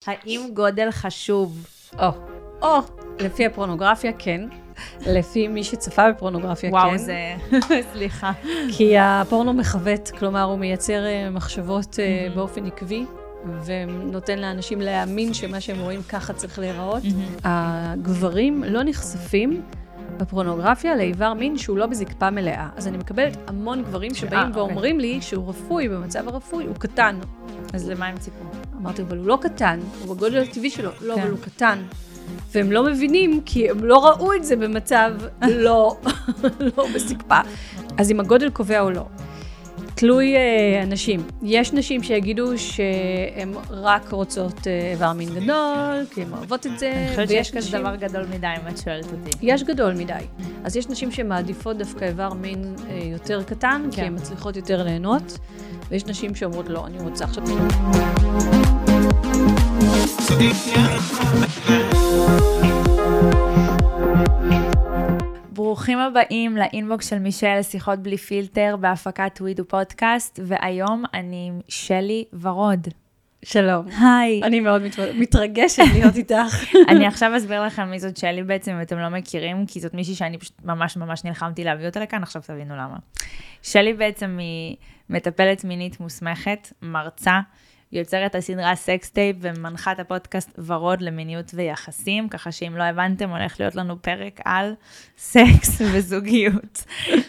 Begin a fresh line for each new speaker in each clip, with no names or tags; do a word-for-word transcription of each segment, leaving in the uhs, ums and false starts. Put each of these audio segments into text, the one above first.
האם גודל חשוב?
או, או, לפי הפורנוגרפיה כן, לפי מי שצפה בפורנוגרפיה
וואו,
כן.
וואו, זה... סליחה.
כי הפורנו מחוות, כלומר הוא מייצר מחשבות mm-hmm. באופן עקבי, ונותן לאנשים להאמין שמה שהם רואים ככה צריך להיראות. Mm-hmm. הגברים לא נחשפים בפורנוגרפיה לאיבר מין שהוא לא בזקפה מלאה. אז אני מקבלת המון גברים שבאים 아, ואומרים אוקיי. לי שהוא רפוי, במצב הרפוי, הוא קטן.
אז למה הם ציפו?
אמרתי, אבל הוא לא קטן, הוא בגודל הטבעי שלו. לא, כן. אבל הוא קטן. והם לא מבינים, כי הם לא ראו את זה במצב לא, לא בזקפה. אז אם הגודל קובע או לא. תלוי אה, אנשים. יש נשים שיגידו שהן רק רוצות איבר מין גדול, כי הן אוהבות את זה.
אני חושבת שיש כזה דבר גדול מדי, אם את שואלת אותי.
יש גדול מדי. אז יש נשים שמעדיפות דווקא איבר מין אה, יותר קטן, כן. כי הן מצליחות יותר ליהנות, ויש נשים שאומרות לא, אני רוצה עכשיו...
ברוכים הבאים לאינבוקס של מישל, שיחות בלי פילטר, בהפקת ווידו פודקאסט, והיום אני עם שלי ורוד.
שלום.
היי.
אני מאוד מתרגשת להיות איתך.
אני עכשיו אסביר לכם מי זאת שלי בעצם, אם אתם לא מכירים, כי זאת מישהי שאני פשוט ממש ממש נלחמתי להביא אותה לכאן, עכשיו תבינו למה. שלי בעצם היא מטפלת מינית מוסמכת, מרצה, יוצרת הסדרה סקסטייפ ומנחה את הפודקאסט ורוד למיניות ויחסים, ככה שאם לא הבנתם, הולך להיות לנו פרק על סקס וזוגיות.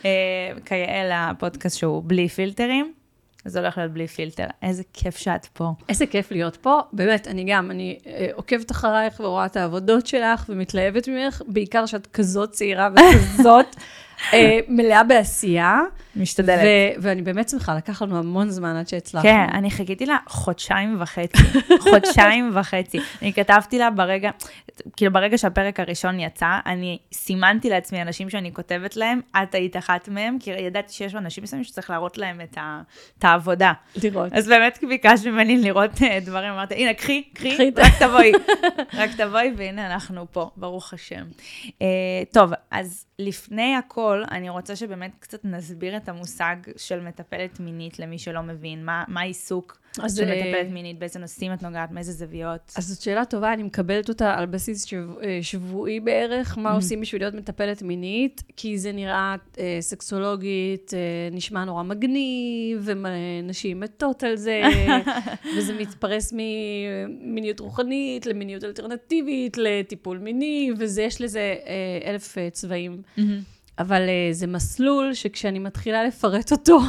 כיאה לפודקאסט שהוא בלי פילטרים, אז זה הולך להיות בלי פילטר. איזה כיף שאת פה.
איזה כיף להיות פה. באמת, אני גם, אני עוקבת אחרייך ורואה את העבודות שלך ומתלהבת ממך, בעיקר שאת כזאת צעירה וכזאת מלאה בעשייה.
משתדלת.
ואני באמת שמחה, לקח לנו המון זמן עד שהצלחנו.
כן, אני חיכיתי לה חודשיים וחצי. חודשיים וחצי. אני כתבתי לה ברגע, כאילו ברגע שהפרק הראשון יצא, אני סימנתי לעצמי אנשים שאני כותבת להם, את היית אחת מהם, כי ידעתי שיש אנשים מסוימים שצריך להראות להם את, ה, את העבודה.
לראות.
אז באמת ביקש ממני לראות דברים, אמרתי, הנה, קחי, קחי, רק תבואי. רק תבואי, והנה אנחנו פה, ברוך השם. טוב, אז לפני הכל, אני רוצה שבאמת קצת נסביר את המושג של מטפלת מינית למי שלא מבין, מה, מה העיסוק של מטפלת מינית, באיזה נושאים את נוגעת, מאיזה זוויות.
אז זאת שאלה טובה, אני מקבלת אותה על בסיס שבועי בערך, מה עושים בשביל להיות מטפלת מינית, כי זה נראה סקסולוגית, נשמע נורא מגניב, ונשים מתות על זה, וזה מתפרס ממיניות רוחנית, למיניות אלטרנטיבית, לטיפול מיני, וזה יש לזה אלף צבעים. אבל uh, זה מסלול שכשאני מתחילה לפרט אותו,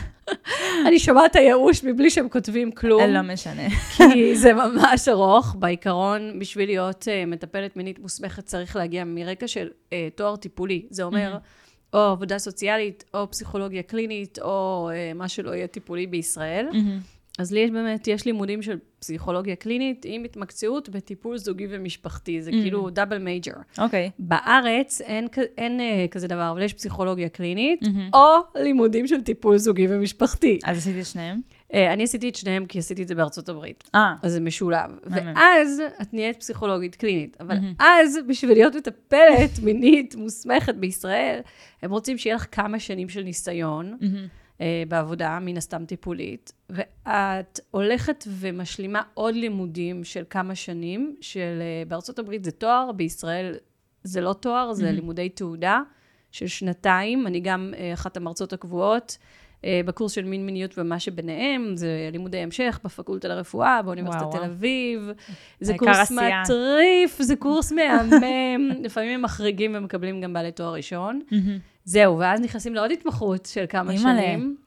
אני שומעת הייאוש מבלי שהם כותבים כלום.
לא משנה.
כי זה ממש ארוך. בעיקרון, בשביל להיות uh, מטפלת מינית מוסמכת, צריך להגיע מרקע של uh, תואר טיפולי. זה אומר, mm-hmm. או עבודה סוציאלית, או פסיכולוגיה קלינית, או uh, מה שלא יהיה טיפולי בישראל. Mm-hmm. אז לי יש באמת, יש לימודים של פסיכולוגיה קלינית, עם התמקצעות בטיפול זוגי ומשפחתי, זה mm. כאילו דאבל מייג'ר.
אוקיי. אין,
אין, אין uh, כזה דבר, אבל יש פסיכולוגיה קלינית, mm-hmm. או לימודים של טיפול זוגי ומשפחתי.
אז עשיתי את שניהם?
Uh, אני עשיתי את שניהם, כי עשיתי את זה בארצות הברית.
אה.
אז זה משולב. ואז את נהיית פסיכולוגית קלינית. אבל mm-hmm. אז, בשביל להיות מטפלת מינית מוסמכת בישראל, הם רוצים שיהיה לך כמה שנים של ניסיון, mm-hmm. בעבודה, מן הסתם טיפולית, ואת הולכת ומשלימה עוד לימודים של כמה שנים, של בארצות הברית זה תואר, בישראל זה לא תואר, זה mm-hmm. לימודי תעודה של שנתיים, אני גם אחת המרצות הקבועות, בקורס של מין מיניות ומה שביניהם, זה לימודי המשך בפקולטה לרפואה, באוניברסיטת תל אביב, זה קורס מטריף, זה קורס מהמם, לפעמים הם מחריגים ומקבלים גם בעלי תואר ראשון, זהו, ואז נכנסים לעוד התמחות של כמה שנים,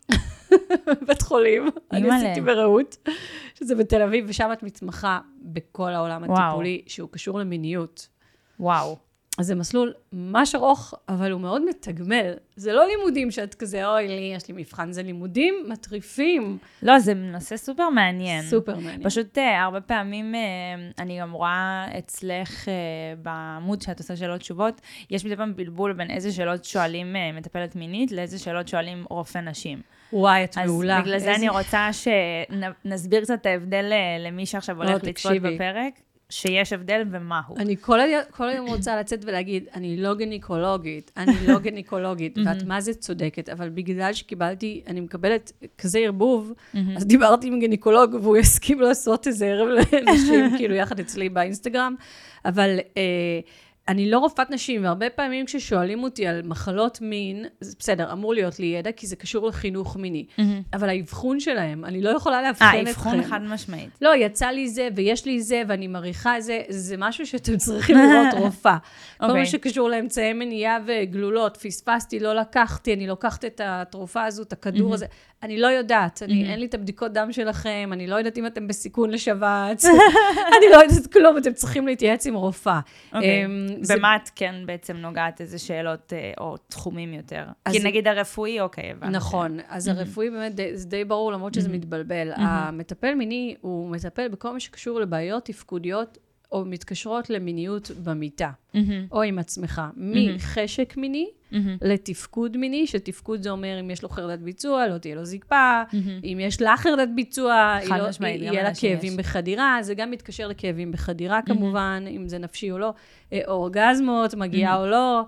בית חולים, אני עשיתי ברעות, שזה בתל אביב, ושם את מתמחה בכל העולם הטיפולי, שהוא קשור למיניות.
וואו.
אז זה מסלול ממש ארוך, אבל הוא מאוד מתגמל. זה לא לימודים שאת כזה, אוי לי, יש לי מבחן, זה לימודים מטריפים.
לא, זה נושא סופר מעניין.
סופר מעניין.
פשוט הרבה פעמים, אני גם רואה אצלך בעמוד שאת עושה שאלות תשובות, יש מדי פעם בלבול בין איזה שאלות שואלים מטפלת מינית, לאיזה שאלות שואלים רופא נשים.
וואי, את מעולה.
אז בגלל זה אני רוצה שנסביר קצת את ההבדל למי שעכשיו הולך לצפות בפרק. שיש הבדל ומהו.
אני כל היום, כל היום רוצה לצאת ולהגיד, אני לא גניקולוגית, אני לא גניקולוגית, ואת מה זה צודקת, אבל בגלל שקיבלתי, אני מקבלת כזה ערבוב, אז דיברתי עם גניקולוג, והוא הסכים לעשות איזה ערב לנשים, כאילו יחד אצלי באינסטגרם, אבל אני לא רופאת נשים, והרבה פעמים כששואלים אותי על מחלות מין, זה בסדר, אמור להיות לי ידע, כי זה קשור לחינוך מיני. אבל האבחון שלהם, אני לא יכולה להבחן אתכם.
האבחון חד משמעית.
לא, יצא לי זה, ויש לי זה, ואני מעריכה זה, זה משהו שאתם צריכים לראות רופאה. כל מה שקשור לאמצעי מניעה וגלולות, פספסתי, לא לקחתי, אני לוקחת את התרופה הזו, את הכדור הזה, אני לא יודעת, אין לי את הבדיקות דם שלכם, אני לא יודעת אם אתם בסיכון לשבץ, אני לא יודעת כלום, אתם צריכים להתייעץ עם רופאה.
במה את כן בעצם נוגעת איזה שאלות או תחומים יותר? כי נגיד הרפואי, אוקיי.
נכון, אז הרפואי באמת זה די ברור, למרות שזה מתבלבל. המטפל מיני הוא מטפל בכל מה שקשור לבעיות תפקודיות, או מתקשרות למיניות במיטה, או עם עצמך, מחשק מיני לתפקוד מיני, שתפקוד זה אומר אם יש לו חרדת ביצוע, לא תהיה לו זקפה, אם יש לה חרדת ביצוע, יהיה לה כאבים בחדירה, זה גם מתקשר לכאבים בחדירה כמובן, אם זה נפשי או לא, אורגזמות, מגיעה או לא,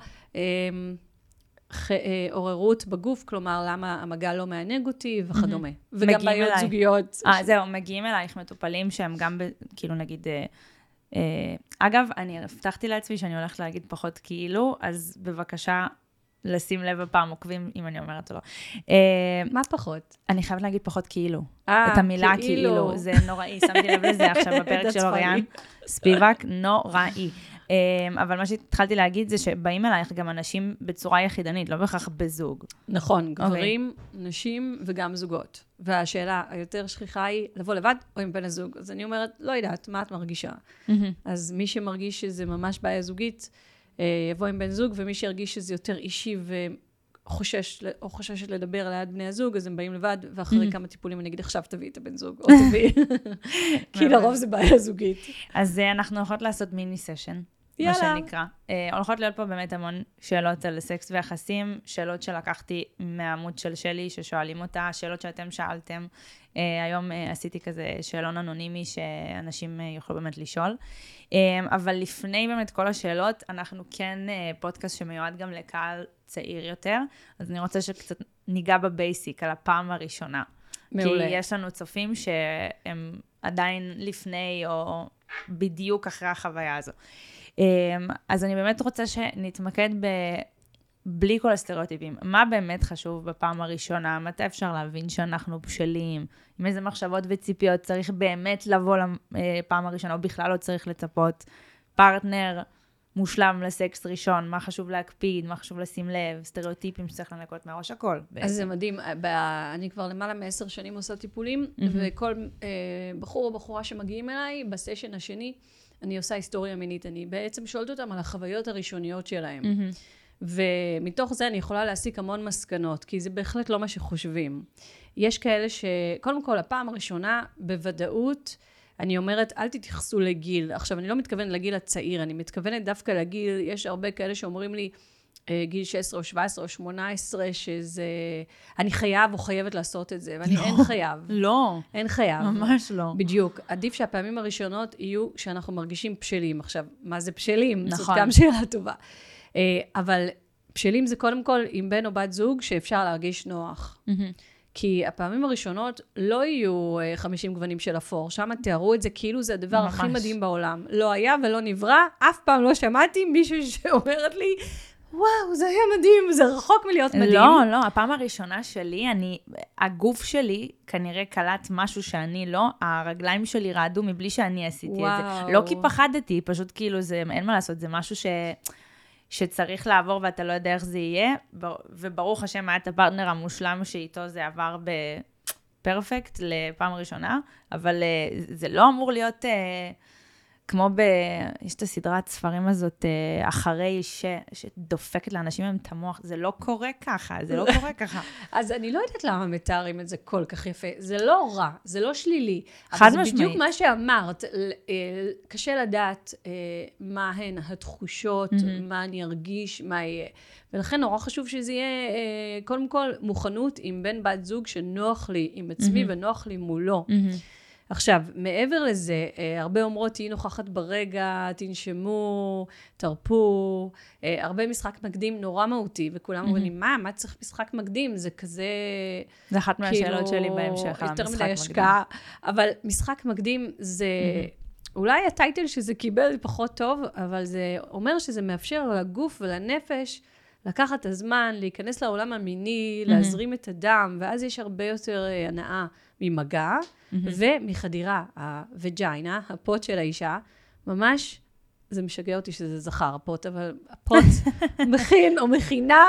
עוררות בגוף, כלומר, למה המגע לא מענג אותי וכדומה. וגם בעיות זוגיות.
אה, זהו, מגיעים אלייך מטופלים שהם גם, כאילו נגיד, אגב, אני הבטחתי לעצמי שאני הולכת להגיד פחות כאילו, אז בבקשה לשים לב הפעם עוקבים אם אני אומרת או לא.
מה פחות?
אני חייבת להגיד פחות כאילו. את המילה כאילו, זה נוראי, שמתי לב לזה עכשיו בפרק של אוריאן. ספיבק, נוראי. אבל מה שהתחלתי להגיד זה שבאים אלייך גם אנשים בצורה יחידנית, לא בהכרח בזוג.
נכון, גברים, נשים וגם זוגות. והשאלה היותר שכיחה היא לבוא לבד או עם בן הזוג. אז אני אומרת, לא יודעת, מה את מרגישה? אז מי שמרגיש שזה ממש בעיה זוגית, יבוא עם בן זוג, ומי שירגיש שזה יותר אישי וחושש, או חוששת לדבר ליד בני הזוג, אז הם באים לבד, ואחרי כמה טיפולים אני אגיד, עכשיו תביאי את הבן זוג, או תביאי. כי לרוב זה בעיה זוגית.
אז אנחנו הולכות לעשות מיני סשן. מה שנקרא. הולכות להיות פה באמת המון שאלות על סקס ויחסים, שאלות שלקחתי מהעמוד של שלי, ששואלים אותה, שאלות שאתם שאלתם. היום עשיתי כזה שאלון אנונימי שאנשים יוכלו באמת לשאול. אבל לפני באמת כל השאלות, אנחנו כן פודקאסט שמיועד גם לקהל צעיר יותר, אז אני רוצה שקצת ניגע בבייסיק, על הפעם הראשונה. מעולה. כי יש לנו צופים שהם עדיין לפני או בדיוק אחרי החוויה הזו. אז אני באמת רוצה שנתמקד ב... בלי כל הסטריאוטיפים. מה באמת חשוב בפעם הראשונה? מתי אפשר להבין שאנחנו בשלים? עם איזה מחשבות וציפיות צריך באמת לבוא לפעם הראשונה, או בכלל לא צריך לצפות? פרטנר מושלם לסקס ראשון, מה חשוב להקפיד, מה חשוב לשים לב, סטריאוטיפים שצריך לנקות מהראש, הכל.
אז זה מדהים, אני כבר למעלה מעשר שנים עושה טיפולים, וכל בחור או בחורה שמגיעים אליי, בסשן השני, אני עושה היסטוריה מינית, אני בעצם שואלת אותם על החוויות הראשוניות שלהם. ומתוך זה אני יכולה להסיק המון מסקנות, כי זה בהחלט לא מה שחושבים. יש כאלה ש... קודם כל, הפעם הראשונה, בוודאות, אני אומרת, אל תתייחסו לגיל. עכשיו, אני לא מתכוונת לגיל הצעיר, אני מתכוונת דווקא לגיל, יש הרבה כאלה שאומרים לי, גיל שש עשרה או שבע עשרה או שמונה עשרה, שזה... אני חייב או חייבת לעשות את זה, ואני
לא,
אין חייב.
לא.
אין חייב.
ממש לא.
בדיוק. עדיף שהפעמים הראשונות יהיו שאנחנו מרגישים בשלים. עכשיו, מה זה בשלים?
נכון.
זאת גם שאלה טובה. אבל בשלים זה קודם כל עם בן או בת זוג שאפשר להרגיש נוח. כי הפעמים הראשונות לא יהיו חמישים גוונים של אפור. שם תיארו את זה כאילו זה הדבר ממש. הכי מדהים בעולם. לא היה ולא נברא. אף פעם לא שמעתי מישהו שאומרת לי, וואו, זה היה מדהים, זה רחוק מלהיות מדהים.
לא, לא, הפעם הראשונה שלי, אני, הגוף שלי כנראה קלט משהו שאני לא, הרגליים שלי רעדו מבלי שאני עשיתי וואו. את זה. לא כי פחדתי, פשט כאילו זה, אין מה לעשות, זה משהו ש... שצריך לעבור ואתה לא יודע איך זה יהיה, וברוך השם היה את הפרטנר המושלם שאיתו זה עבר בפרפקט לפעם ראשונה, אבל זה לא אמור להיות כמו ב... יש את הסדרת ספרים הזאת, אחרי ש... שדופקת לאנשים עם את המוח, זה לא קורה ככה, זה לא קורה ככה.
אז אני לא יודעת למה מתארים את זה כל כך יפה, זה לא רע, זה לא שלילי.
חד משמעית.
אבל זה בדיוק מה שאמרת, קשה לדעת מה הן התחושות, מה אני ארגיש, מה יהיה. ולכן נורא חשוב שזה יהיה, קודם כל, מוכנות עם בן בת זוג שנוח לי עם עצמי ונוח לי מולו. עכשיו, מעבר לזה, הרבה אומרות, תהי נוכחת ברגע, תנשמו, תרפו, הרבה משחק מקדים נורא מהותי, וכולם אומרים, מה, מה צריך משחק מקדים? זה כזה...
זה אחת מהשאלות שלי בהמשך,
יותר מדי השקעה, אבל משחק מקדים זה... אולי הטייטל שזה קיבל פחות טוב, אבל זה אומר שזה מאפשר לגוף ולנפש לקחת את הזמן, להיכנס לעולם המיני, להזרים את הדם, ואז יש הרבה יותר הנאה ממגע, ומחדירה, הווג'יינה, הפוט של האישה, ממש, זה משגע אותי שזה זכר הפוט, אבל הפוט מכין או מכינה,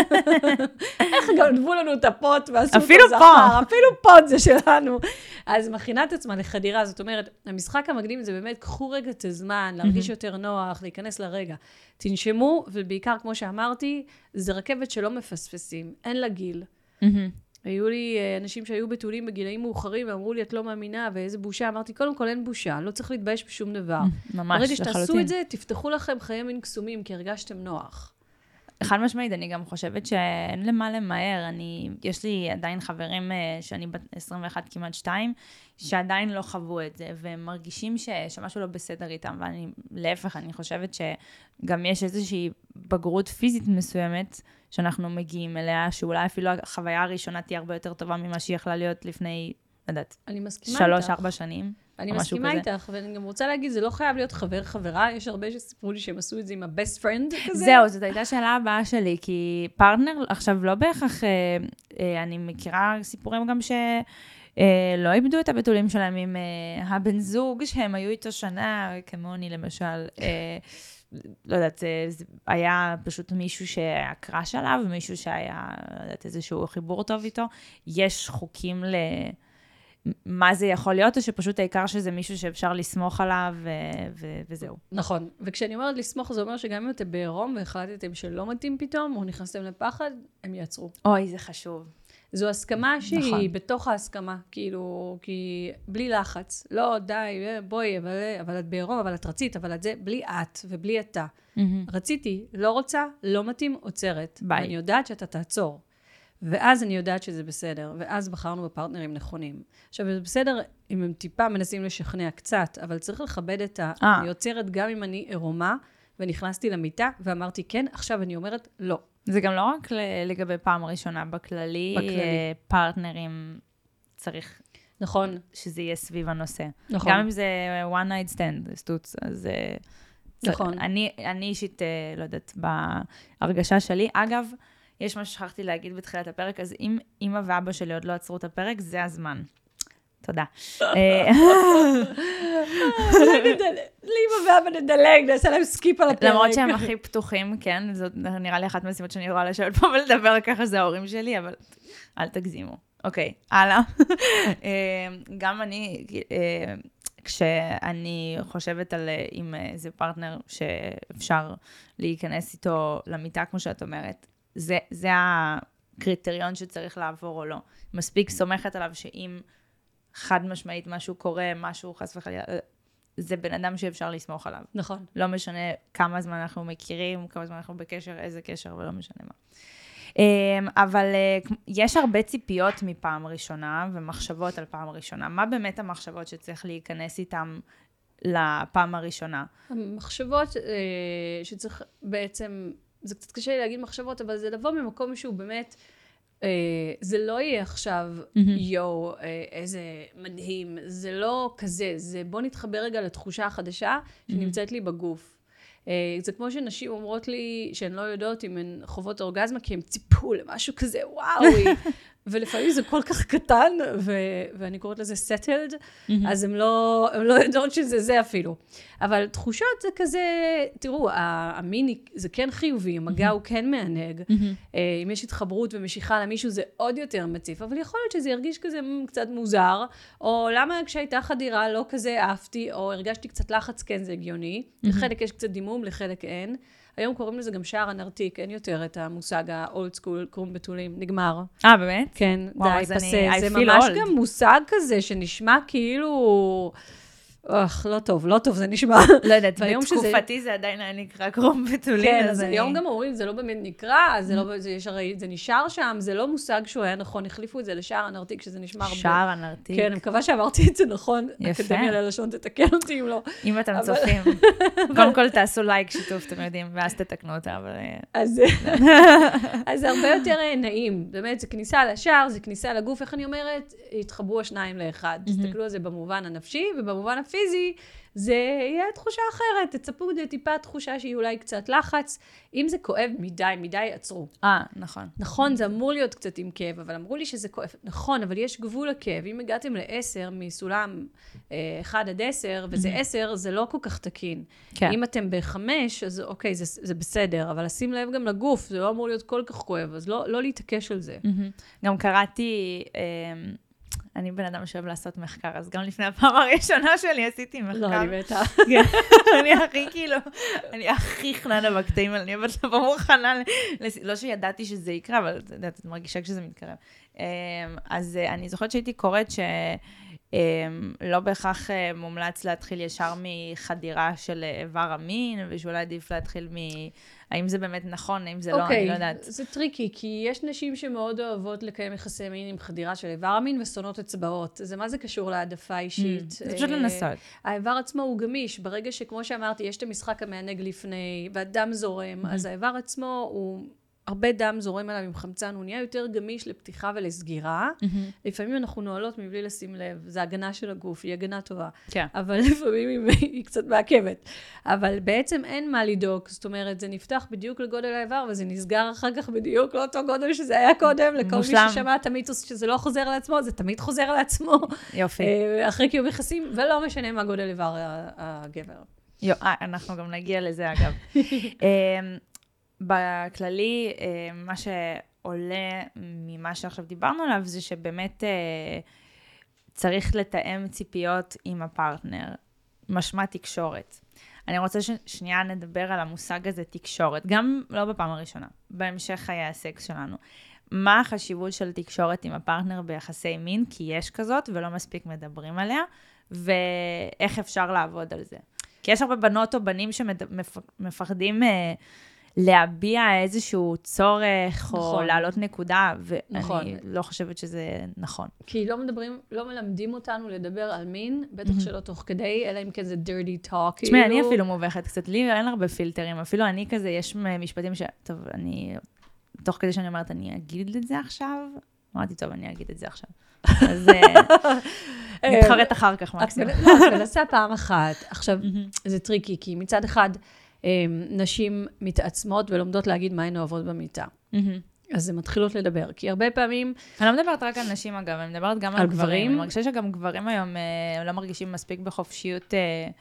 איך גנבו לנו את הפוט ועשו את הזכר, אפילו פוט זה שלנו. אז מכינה את עצמה לחדירה, זאת אומרת, המשחק המקדים זה באמת, קחו רגע את הזמן, להרגיש יותר נוח, להיכנס לרגע. תנשמו, ובעיקר, כמו שאמרתי, זה רכבת שלא מפספסים, אין לה גיל. היו לי אנשים שהיו בתולים בגילאים מאוחרים, ואמרו לי, את לא מאמינה, ואיזה בושה. אמרתי, קודם כל אין בושה, לא צריך להתבייש בשום דבר.
ממש,
ברגע שתעשו את זה, תפתחו לכם חיי מין קסומים, כי הרגשתם נוח.
חד משמעית, אני גם חושבת שאין למה למהר. אני, יש לי עדיין חברים שאני בת עשרים ואחת כמעט שתיים, שעדיין לא חוו את זה, והם מרגישים ש, שמשהו לא בסדר איתם, ואני, להפך, אני חושבת שגם יש איזושהי בגרות פיזית מסוימת, שאנחנו מגיעים אליה, שאולי אפילו החוויה הראשונה תהיה הרבה יותר טובה ממה שהיא יכלה להיות לפני, לא יודעת, שלוש, ארבע שנים.
אני מסכימה איתך, ואני גם רוצה להגיד, זה לא חייב להיות חבר חברה, יש הרבה שסיפרו לי שהם עשו את זה עם ה-best friend כזה.
זהו, זאת הייתה שאלה הבאה שלי, כי פרטנר, עכשיו לא בהכרח, אה, אה, אני מכירה סיפורים גם ש... אה, לא איבדו את הבתולים שלהם עם אה, הבן זוג, שהם היו איתו שנה, כמוני למשל, אה, לא יודעת, זה היה פשוט מישהו שהיה קראש עליו, מישהו שהיה, לא יודעת, איזשהו חיבור טוב איתו. יש חוקים ל... מה זה יכול להיות, או שפשוט העיקר שזה מישהו שאפשר לסמוך עליו, ו- ו- וזהו.
נכון. וכשאני אומרת לסמוך, זה אומר שגם אם אתם בעירום, והחלטתם שלא מתאים פתאום, או נכנסתם לפחד, הם יעצרו.
אוי, זה חשוב.
זו הסכמה שהיא
נכון.
בתוך ההסכמה, כאילו, כי בלי לחץ. לא, די, בואי, אבל, אבל את בעירום, אבל את רצית, אבל את זה, בלי את ובלי אתה. Mm-hmm. רציתי, לא רוצה, לא מתאים, עוצרת. ביי. ואני יודעת שאתה תעצור. ואז אני יודעת שזה בסדר, ואז בחרנו בפרטנרים נכונים. עכשיו, זה בסדר אם הם טיפה מנסים לשכנע קצת, אבל צריך לכבד את ה... 아. אני עוצרת גם אם אני עירומה, ונכנסתי למיטה, ואמרתי כן, עכשיו אני אומרת לא.
זה גם לא רק לגבי פעם ראשונה, בכללי, בכללי. פרטנרים צריך...
נכון.
שזה יהיה סביב הנושא.
נכון.
גם אם זה one night stand, סטוץ, אז...
נכון.
אני, אני אישית, לא יודעת, בהרגשה שלי, אגב, יש מה ששכחתי להגיד בתחילת הפרק, אז אם אמא ואבא שלי עוד לא עצרו את הפרק, זה הזמן. תודה.
לאמא ואבא נדלג, נעשה להם סקיפ על הפרק.
למרות שהם הכי פתוחים, כן, זאת נראה לי אחת מהסיבות שאני רואה לשבת פה ולדבר ככה, זה ההורים שלי, אבל אל תגזימו. אוקיי, הלאה. גם אני, כשאני חושבת על אם זה פרטנר שאפשר להיכנס איתו למיטה, כמו שאת אומרת, זה, זה הקריטריון שצריך לעבור או לא. מספיק סומכת עליו שאם חד משמעית משהו קורה, משהו חס וחלילה, זה בן אדם שאפשר לסמוך עליו.
נכון.
לא משנה כמה זמן אנחנו מכירים, כמה זמן אנחנו בקשר, איזה קשר, ולא משנה מה. אבל יש הרבה ציפיות מפעם ראשונה, ומחשבות על פעם ראשונה. מה באמת המחשבות שצריך להיכנס איתם לפעם הראשונה?
המחשבות שצריך בעצם... זה קצת קשה לי להגיד מחשבות, אבל זה לבוא ממקום שהוא באמת, אה, זה לא יהיה עכשיו, mm-hmm. יו, אה, איזה מדהים, זה לא כזה, זה בוא נתחבר רגע לתחושה החדשה שנמצאת mm-hmm. לי בגוף. אה, זה כמו שנשים אומרות לי, שהן לא יודעות אם הן חוות אורגזמה, כי הן ציפו למשהו כזה, וואוי, ולפעמים זה כל כך קטן, ו- ואני קוראת לזה settled, mm-hmm. אז הן לא, הן לא יודעות שזה זה אפילו. אבל תחושות זה כזה, תראו, המיני זה כן חיובי, המגע mm-hmm. הוא כן מענג. Mm-hmm. אם יש התחברות ומשיכה למישהו זה עוד יותר מציף, אבל יכול להיות שזה ירגיש כזה קצת מוזר, או למה כשהייתה חדירה לא כזה אהבתי, או הרגשתי קצת לחץ, כן זה הגיוני. Mm-hmm. לחלק יש קצת דימום, לחלק אין. היום קוראים לזה גם שער הנרתיק, אין יותר את המושג האולד סקול, קרום בתולים, נגמר.
אה, באמת?
כן,
וואו,
די, פסה. זה ממש old. גם מושג כזה שנשמע כאילו, אוח, לא טוב, לא טוב, זה נשמע.
לא יודעת, בתקופתי זה עדיין היה נקרא קרום בתולין.
כן, אז היום גם אומרים, זה לא באמת נקרא, זה נשאר שם, זה לא מושג שהוא היה נכון, החליפו את זה לשער הנרתיק, שזה נשמע הרבה.
שער הנרתיק.
כן, אני מקווה שאמרתי את זה נכון. יפה. אקדמיה ללשון תתקן אותי אם לא.
אם אתם צופים. קודם כל תעשו לייק שיתוף, אתם יודעים, ואז תתקנו אותה, אבל... אז זה הרבה יותר נעים. באמת, זה כניסה לשער, זה כניסה לגוף, איך אני אומרת, התחברו השניים לאחד. תסתכלו על זה במובן הנפשי, ובמובן הפיזי, זה יהיה תחושה אחרת. תצפו טיפה תחושה שהיא אולי קצת לחץ. אם זה כואב מדי, מדי עצרו. אה, נכון.
נכון, זה אמור להיות קצת עם כאב, אבל אמרו לי שזה כואב. נכון, אבל יש גבול לכאב. אם הגעתם לעשר מסולם אחד עד עשר, וזה עשר, זה לא כל כך תקין. כן. אם אתם בחמש, אז אוקיי, זה, זה בסדר, אבל לשים לב גם לגוף, זה לא אמור להיות כל כך כואב, אז לא, לא להתעקש על זה.
גם קראתי... אני בן אדם שאוהב לעשות מחקר, אז גם לפני הפעם הראשונה שלי עשיתי מחקר.
לא, אני בטח.
אני הכי כאילו, אני הכי חננה בקטעים האלה, אני אוהבת לבוא מוכנה, לא שידעתי שזה יקרה, אבל את מרגישה כשזה מתקרב. אז אני זוכרת שהייתי קוראת שלא בהכרח מומלץ להתחיל ישר מחדירה של איבר המין, ושאולי עדיף להתחיל מ... האם זה באמת נכון, האם זה לא, אני לא יודעת.
זה טריקי, כי יש נשים שמאוד אוהבות לקיים יחסי מין עם חדירה של איבר המין ושונאות אצבעות. זה מה זה קשור להעדפה אישית?
זה פשוט לנסות.
האיבר עצמו הוא גמיש. ברגע שכמו שאמרתי, יש את המשחק המענג לפני, והדם זורם, אז האיבר עצמו הוא... הרבה דם זורם עליו עם חמצן, הוא נהיה יותר גמיש לפתיחה ולסגירה. לפעמים אנחנו נועלות מבלי לשים לב, זה הגנה של הגוף, היא הגנה טובה. אבל לפעמים היא קצת מעכבת. אבל בעצם אין מה לדאוג, זאת אומרת, זה נפתח בדיוק לגודל האיבר, וזה נסגר אחר כך בדיוק לאותו גודל שזה היה קודם, לכל מי ששמע את המיתוס שזה לא חוזר לעצמו, זה תמיד חוזר לעצמו.
יופי.
אחרי קיום יחסים, ולא משנה מה גודל איבר הגבר.
אנחנו גם נגיע לזה אגב. בכללי, מה שעולה ממה שעכשיו דיברנו עליו, זה שבאמת צריך לתאם ציפיות עם הפרטנר, משמע תקשורת. אני רוצה ששנייה נדבר על המושג הזה, תקשורת, גם לא בפעם הראשונה, בהמשך חיי הסקס שלנו. מה החשיבות של תקשורת עם הפרטנר ביחסי מין, כי יש כזאת ולא מספיק מדברים עליה, ואיך אפשר לעבוד על זה. כי יש הרבה בנות או בנים שמפחדים... להביע איזשהו צורך, נכון. או להעלות נקודה, ואני נכון. לא חושבת שזה נכון.
כי לא מדברים, לא מלמדים אותנו לדבר על מין, בטח שלא תוך כדי, אלא אם כן זה dirty talk.
תשמעי, אני אפילו מובכת קצת, לי אין הרבה פילטרים, אפילו אני כזה, יש משפטים ש... טוב, אני... תוך כדי שאני אומרת, אני אגיד את זה עכשיו? אמרתי, טוב, אני אגיד את זה עכשיו. אז נתחרט אחר כך מקסימום.
את מנסה פעם אחת. עכשיו, זה טריקי, כי מצד אחד... נשים מתעצמות ולומדות להגיד מה הן אוהבות במיטה. אז הן מתחילות לדבר, כי הרבה פעמים...
אני לא מדברת רק על נשים אגב, אני מדברת גם על גברים. אני מרגישה שגם גברים היום לא מרגישים מספיק בחופשיות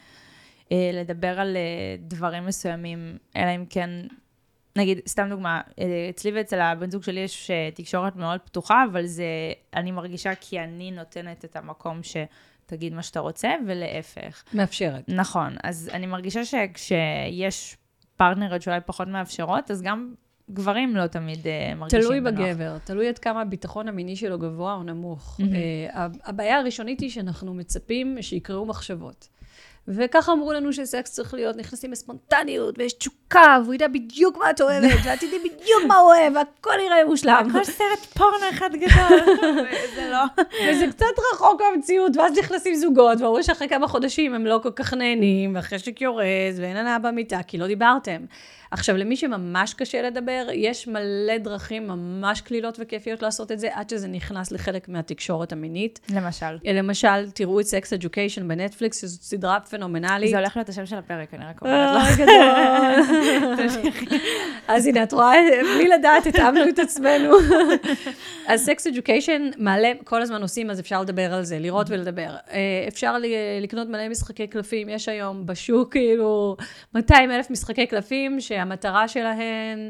לדבר על דברים מסוימים, אלא אם כן, נגיד, סתם דוגמה, אצלי ואצל הבן זוג שלי יש תקשורת מאוד פתוחה, אבל זה, אני מרגישה כי אני נותנת את המקום ש... תגיד מה שאתה רוצה, ולהפך.
מאפשרת.
נכון. אז אני מרגישה שכשיש פרטנריות שאולי פחות מאפשרות, אז גם גברים לא תמיד uh, מרגישים
תלוי
בנוח.
תלוי בגבר, תלוי עד כמה הביטחון המיני שלו גבוה או נמוך. Mm-hmm. Uh, הבעיה הראשונית היא שאנחנו מצפים שיקראו מחשבות. וככה אמרו לנו שסקס צריך להיות, נכנסים בספונטניות, ויש תשוקה, והוא ידע בדיוק מה את אוהבת, ואת תדעי בדיוק מה הוא אוהב, והכל יראה מושלם.
הכל סרט פורנו אחד גדול, וזה לא.
וזה קצת רחוק מהמציאות, ואז נכנסים זוגות, ואומרים שאחרי כמה חודשים הם לא כל כך נהנים, והחשק יורז, ואין הנאה במיטה, כי לא דיברתם. עכשיו, למי שממש קשה לדבר, יש מלא דרכים ממש כלילות וכיפיות לעשות את זה, עד שזה נכנס לחלק מהתקשורת המינית.
למשל.
למשל, תראו את Sex Education בנטפליקס, שזו סדרה פנומנלית.
זה הולך להיות השם של הפרק, אני רק אומרת
לך. גדול. אז הנה, את רואה, בלי לדעת, התאמנו את עצמנו. אז Sex Education מעלה, כל הזמן עושים, אז אפשר לדבר על זה, לראות ולדבר. אפשר לקנות מלא משחקי קלפים, יש היום בשוק, כאילו, מאתיים אלף משחקי קלפים, שהמטרה שלהן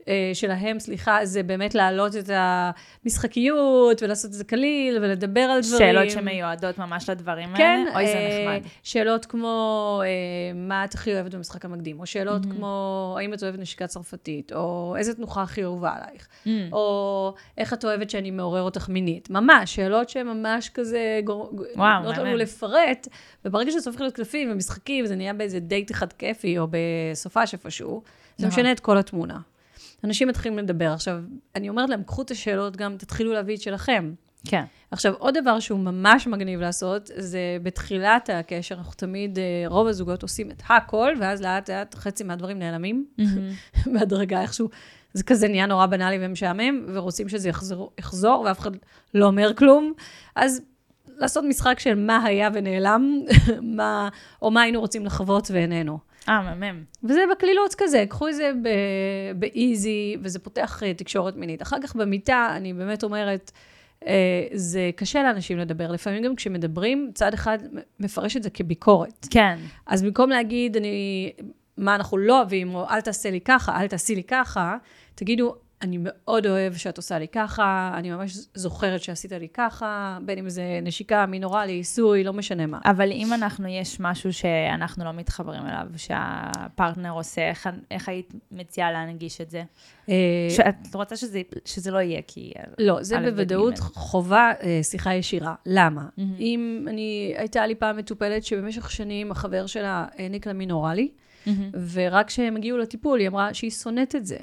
שלהם, סליחה, זה באמת להעלות את המשחקיות, ולעשות את זה קליל, ולדבר על דברים.
שאלות שמיועדות ממש לדברים
כן,
האלה? אוי, זה נחמד.
שאלות כמו, מה את הכי אוהבת במשחק המקדים? או שאלות כמו, האם את אוהבת נשיקה צרפתית? או איזה תנוחה הכי אהובה עלייך? או איך את אוהבת שאני מעורר אותך מינית? ממש, שאלות שהן ממש כזה, נותנות לנו לפרט, וברגע שזה הופך להיות קלפים ומשחקים, וזה נהיה באיזה דייט אחד כיפי, או בסופה שפשו, זה משנה את כל התמונה. אנשים מתחילים לדבר. עכשיו, אני אומרת להם, קחו את השאלות גם, תתחילו להביא את שלכם.
כן.
עכשיו, עוד דבר שהוא ממש מגניב לעשות, זה בתחילת הקשר, אנחנו תמיד, רוב הזוגות עושים את הכל, ואז לאט לאט חצי מהדברים נעלמים, בהדרגה איכשהו. זה כזה נהיה נורא בנאלי ומשעמם, ורוצים שזה יחזור, יחזור, ואף אחד לא אומר כלום. אז לעשות משחק של מה היה ונעלם, מה, או מה היינו רוצים לחוות ואיננו.
אה, ממם.
וזה בקלילות כזה, קחו את זה באיזי, וזה פותח תקשורת מינית. אחר כך במיטה, אני באמת אומרת, זה קשה לאנשים לדבר. לפעמים גם כשמדברים, צד אחד מפרש את זה כביקורת.
כן.
אז במקום להגיד, אני, מה אנחנו לא אוהבים, או אל תעשה לי ככה, אל תעשי לי ככה, תגידו, אני מאוד אוהב שאת עושה לי ככה, אני ממש זוכרת שעשית לי ככה, בין אם זה נשיקה, מינורלי, עיסוי, לא משנה מה.
אבל אם אנחנו, יש משהו שאנחנו לא מתחברים אליו, שהפרטנר עושה, איך, איך היית מציעה להנגיש את זה? שאת רוצה שזה, שזה לא יהיה, כי...
לא, זה בוודאות חובה שיחה ישירה. למה? אם אני, הייתה לי פעם מטופלת שבמשך שנים החבר שלה העניק לה מינורלי, ורק כשהם הגיעו לטיפול, היא אמרה שהיא שונאת את זה.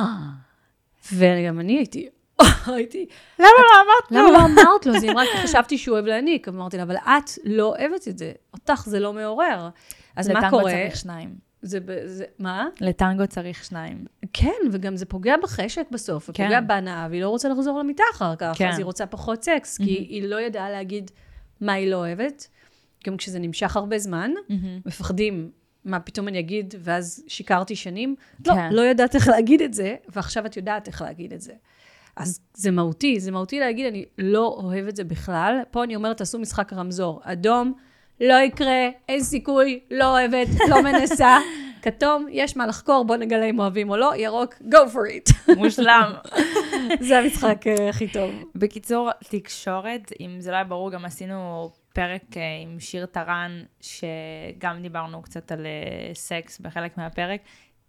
וגם אני הייתי, הייתי...
למה לא אמרת לו?
למה לא אמרת לו? זה אמרה, כי חשבתי שהוא אוהב להעניק. אמרתי לה, אבל את לא אוהבת את זה. אותך זה לא מעורר. אז מה קורה?
לטנגו צריך שניים.
זה, זה, מה?
לטנגו צריך שניים.
כן, וגם זה פוגע בחשק בסוף, ופוגע בהנאה, והיא לא רוצה לחזור למיטה אחר כך, אז היא רוצה פחות סקס, כי היא לא ידעה להגיד מה היא לא אוהבת. גם כשזה נמשך הרבה זמן, מפחדים מה פתאום אני אגיד, ואז שיקרתי שנים. לא, לא ידעת איך להגיד את זה, ועכשיו את יודעת איך להגיד את זה. אז זה מהותי, זה מהותי להגיד, אני לא אוהב את זה בכלל. פה אני אומרת, תעשו משחק רמזור. אדום, לא יקרה, אין סיכוי, לא אוהבת, לא מנסה. כתום, יש מה לחקור, בוא נגלה אם אוהבים או לא. ירוק, go for it.
מושלם.
זה המשחק הכי טוב.
בקיצור, תקשורת, אם זה לא היה ברור, גם עשינו פרק עם שיר טרן, שגם דיברנו קצת על סקס בחלק מהפרק.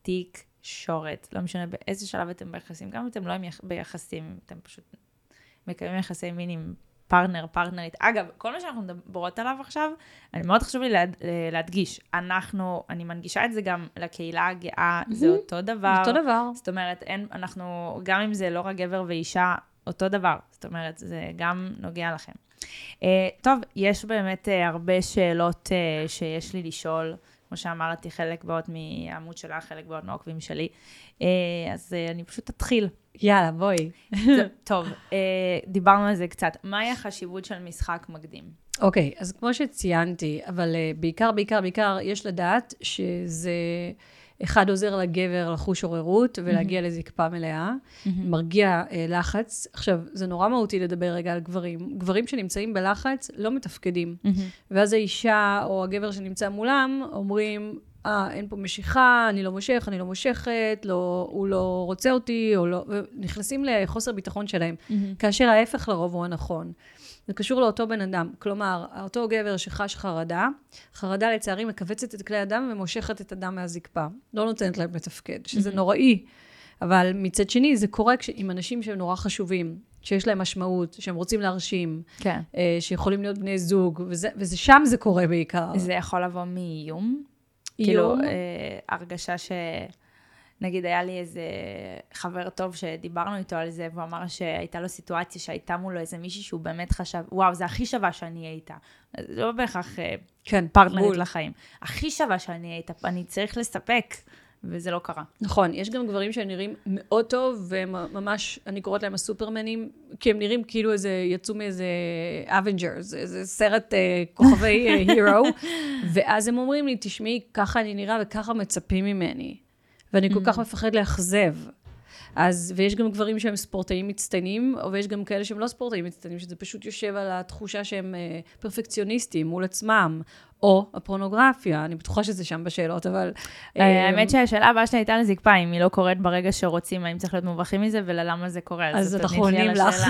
תקשורת. לא משנה באיזה שלב אתם ביחסים, גם אם אתם לא ביחסים, אתם פשוט מקיימים יחסי מין עם פרטנר, פרטנרית. אגב, כל מה שאנחנו מדברות עליו עכשיו, אני מאוד חשוב לי להד, להדגיש. אנחנו, אני מנגישה את זה גם לקהילה הגאה, זה אותו דבר.
אותו דבר.
זאת אומרת, אין, אנחנו, גם אם זה לא רק גבר ואישה, אותו דבר. זאת אומרת, זה גם נוגע לכם. Uh, טוב, יש באמת uh, הרבה שאלות uh, שיש לי לשאול, כמו שאמרתי, חלק באות מהעמוד שלה, חלק באות מהעוקבים שלי. Uh, אז uh, אני פשוט אתחיל.
יאללה, בואי.
טוב, uh, דיברנו על זה קצת. מהי החשיבות של משחק מקדים?
אוקיי, okay, אז כמו שציינתי, אבל uh, בעיקר, בעיקר, בעיקר, יש לדעת שזה... אחד עוזר לגבר לחוש עוררות ולהגיע לזקפה מלאה, מרגיע לחץ. עכשיו, זה נורא מהותי לדבר רגע על גברים. גברים שנמצאים בלחץ לא מתפקדים. ואז האישה או הגבר שנמצא מולם אומרים, אה, אין פה משיכה, אני לא מושך, אני לא מושכת, לא, הוא לא רוצה אותי, או לא, ונכנסים לחוסר ביטחון שלהם. כאשר ההפך לרוב הוא הנכון. זה קשור לאותו בן אדם. כלומר, אותו גבר שחש חרדה, חרדה לצערי מכווצת את כלי הדם ומושכת את הדם מהזקפה. לא נותנת להם לתפקד, שזה נוראי. אבל מצד שני, זה קורה עם אנשים שהם נורא חשובים, שיש להם משמעות, שהם רוצים להרשים,
כן.
שיכולים להיות בני זוג, וזה, וזה שם זה קורה בעיקר.
זה יכול לבוא מאיום?
איום?
כאילו, הרגשה ש... נגיד, היה לי איזה חבר טוב שדיברנו איתו על זה, והוא אמר שהייתה לו סיטואציה שהייתה מולו איזה מישהי שהוא באמת חשב, וואו, זה הכי שווה שאני אהיה איתה. זה לא בהכרח
כן,
פרטנרית
בול.
לחיים. הכי שווה שאני אהיה איתה, אני צריך לספק, וזה לא קרה.
נכון, יש גם גברים שנראים מאוד טוב, וממש, אני קוראת להם הסופרמנים, כי הם נראים כאילו איזה, יצאו מאיזה אבנג'רס, איזה סרט uh, כוכבי הירו, ואז הם אומרים לי, תשמעי, ככה אני נראה וככה מצפים ממני. ואני כל כך מפחד לאכזב. אז, ויש גם גברים שהם ספורטאים מצטיינים, ויש גם כאלה שהם לא ספורטאים מצטיינים, שזה פשוט יושב על התחושה שהם פרפקציוניסטים מול עצמם, או הפורנוגרפיה, אני בטוחה שזה שם בשאלות, אבל...
האמת שהשאלה הבאה שלה הייתה לזקפה, אם היא לא קורית ברגע שרוצים, האם צריך להיות מובכים מזה, וללמה זה קורה.
אז אנחנו עונים לך.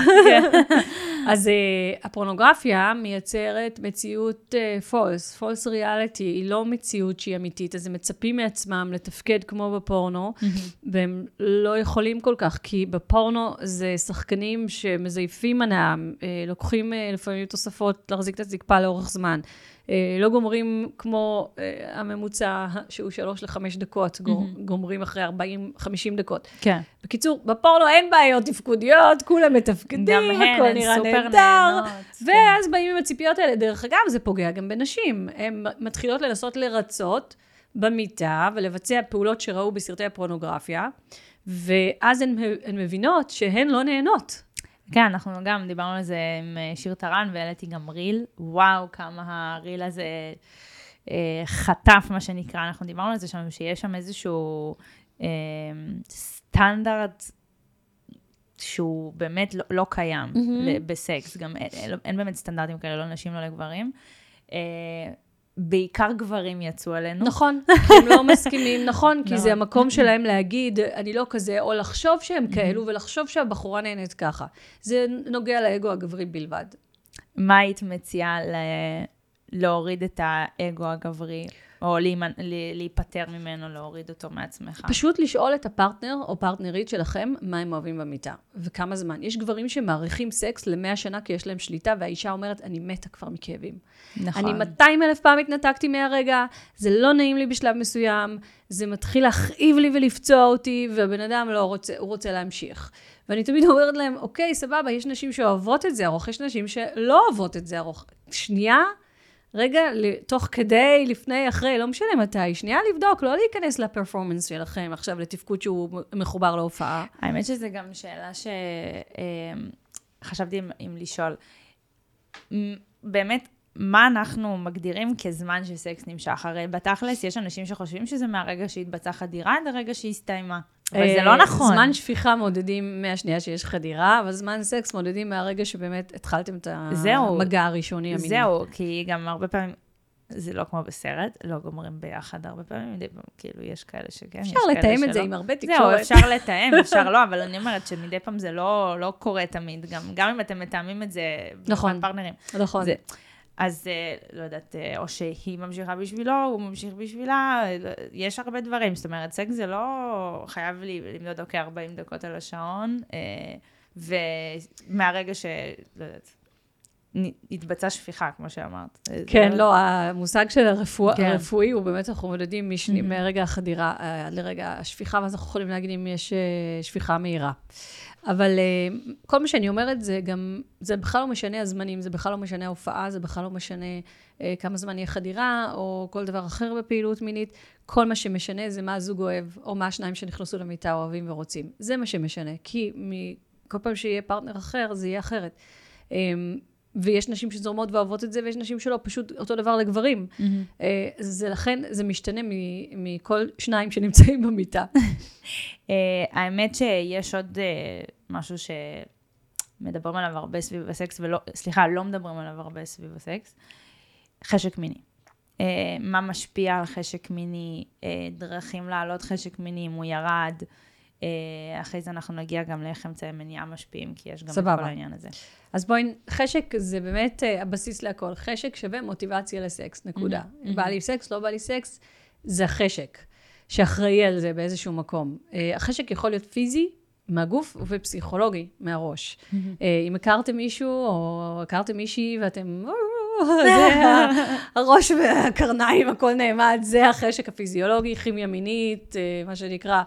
אז הפורנוגרפיה מייצרת מציאות false, false reality, היא לא מציאות שהיא אמיתית, אז הם מצפים מעצמם לתפקד כמו בפורנו, והם לא יכולים כל כך, כי בפורנו זה שחקנים שמזייפים הנאה, לוקחים לפעמים תוספות להחזיק את הזקפה לאורך זמן. לא גומרים כמו הממוצע שהוא שלוש לחמש דקות, גומרים אחרי ארבעים חמישים דקות.
כן.
בקיצור, בפורנו אין בעיות תפקודיות, כולם מתפקדים, הכל נראה נהדר. ואז באים עם הציפיות האלה. דרך אגב, זה פוגע גם בנשים. הן מתחילות לנסות לרצות במיטה, ולבצע פעולות שראו בסרטי הפורנוגרפיה, ואז הן, הן מבינות שהן לא נהנות.
כן, אנחנו גם דיברנו על זה עם שיר טרן, והעליתי גם ריל. וואו, כמה הריל הזה אה, חטף, מה שנקרא. אנחנו דיברנו על זה שם, שיש שם איזשהו אה, סטנדרט שהוא באמת לא, לא קיים mm-hmm. בסקס. גם אין, אין באמת סטנדרטים כאלה, לא נשים, לא לגברים. אה, בעיקר גברים יצאו עלינו.
נכון, כי הם לא מסכימים, נכון, כי זה המקום שלהם להגיד, אני לא כזה, או לחשוב שהם כאלו, ולחשוב שהבחורה נהנית ככה. זה נוגע לאגו הגברי בלבד.
מה היית מציעה להוריד את האגו הגברי, או להיפטר ממנו, להוריד אותו מעצמך?
פשוט לשאול את הפרטנר או פרטנרית שלכם, מה הם אוהבים במיטה, וכמה זמן. יש גברים שמעריכים סקס למאה שנה, כי יש להם שליטה, והאישה אומרת, אני מתה כבר מכאבים. נכון. אני מאתיים אלף פעם התנתקתי מהרגע, זה לא נעים לי בשלב מסוים, זה מתחיל להכאיב לי ולפצוע אותי, והבן אדם לא רוצה, הוא רוצה להמשיך. ואני תמיד אומרת להם, אוקיי, סבבה, יש נשים שאוהבות את זה ארוך, יש נשים שלא אוהבות את זה ארוך. שנייה, רגע, תוך כדי, לפני, אחרי, לא משנה מתי, שנייה לבדוק, לא להיכנס לפרפורמנס שלכם, עכשיו לתפקוד שהוא מחובר להופעה.
האמת שזה גם שאלה שחשבתי אם לשאול. באמת, מה אנחנו מגדירים כזמן שסקס נמשך? הרי בתכלס יש אנשים שחושבים שזה מהרגע שהתבצעה חדירה עד הרגע שהסתיימה. אבל זה לא נכון.
זמן שפיכה מודדים מהשנייה שיש חדירה, אבל זמן סקס מודדים מהרגע שבאמת התחלתם את המגע הראשוני המיני.
זהו, כי גם הרבה פעמים, זה לא כמו בסרט, לא גומרים ביחד הרבה פעמים, כאילו יש כאלה שכן,
אפשר לתאם את זה עם הרבה תקשורת.
זהו, אפשר לתאם, אפשר לא, אבל אני אומרת שמדי פעם זה לא קורה תמיד, גם אם אתם מתאמים את זה,
נכון,
פרטנרים.
נכון.
אז לא יודעת, או שהיא ממשיכה בשבילו, הוא ממשיך בשבילה, יש הרבה דברים, זאת אומרת, סקס זה לא חייב לי למדוד, אוקיי, ארבעים דקות על השעון, ומהרגע ש... לא יודעת, התבצע שפיכה, כמו שאמרת.
כן, לא, המושג של הרפואי הוא באמת, אנחנו מודדים מרגע החדירה לרגע השפיכה, ואז אנחנו יכולים להגיד אם יש שפיכה מהירה. אבל כל מה שאני אומרת זה גם, זה בכלל לא משנה הזמנים, זה בכלל לא משנה ההופעה, זה בכלל לא משנה כמה זמן יהיה חדירה, או כל דבר אחר בפעילות מינית. כל מה שמשנה זה מה הזוג אוהב, או מה השניים שנכנסו למיטה אוהבים ורוצים. זה מה שמשנה, כי כל פעם שיהיה פרטנר אחר, זה יהיה אחרת. ויש נשים שזורמות ואוהבות את זה, ויש נשים שלא, פשוט אותו דבר לגברים. Mm-hmm. זה לכן, זה משתנה מכל שניים שנמצאים במיטה.
האמת שיש עוד משהו שמדברים עליו הרבה סביב הסקס, ולא, סליחה, לא מדברים עליו הרבה סביב הסקס, חשק מיני. מה משפיע על חשק מיני, דרכים לעלות חשק מיני, אם הוא ירד, אחרי זה אנחנו נגיע גם לאיך אמצעי מניעה משפיעים, כי יש גם את כל העניין הזה.
אז בואי, חשק זה באמת הבסיס להכל. חשק שווה מוטיבציה לסקס, נקודה. בא לי סקס, לא בא לי סקס, זה חשק, שאחראי על זה באיזשהו מקום. החשק יכול להיות פיזי, מהגוף, ופסיכולוגי, מהראש. אם הכרתם מישהו, או הכרתם מישהי, ואתם... זה הראש והקרניים, הכל נעמד, זה החשק הפיזיולוגי, כימיה מינית, מה שנקרא...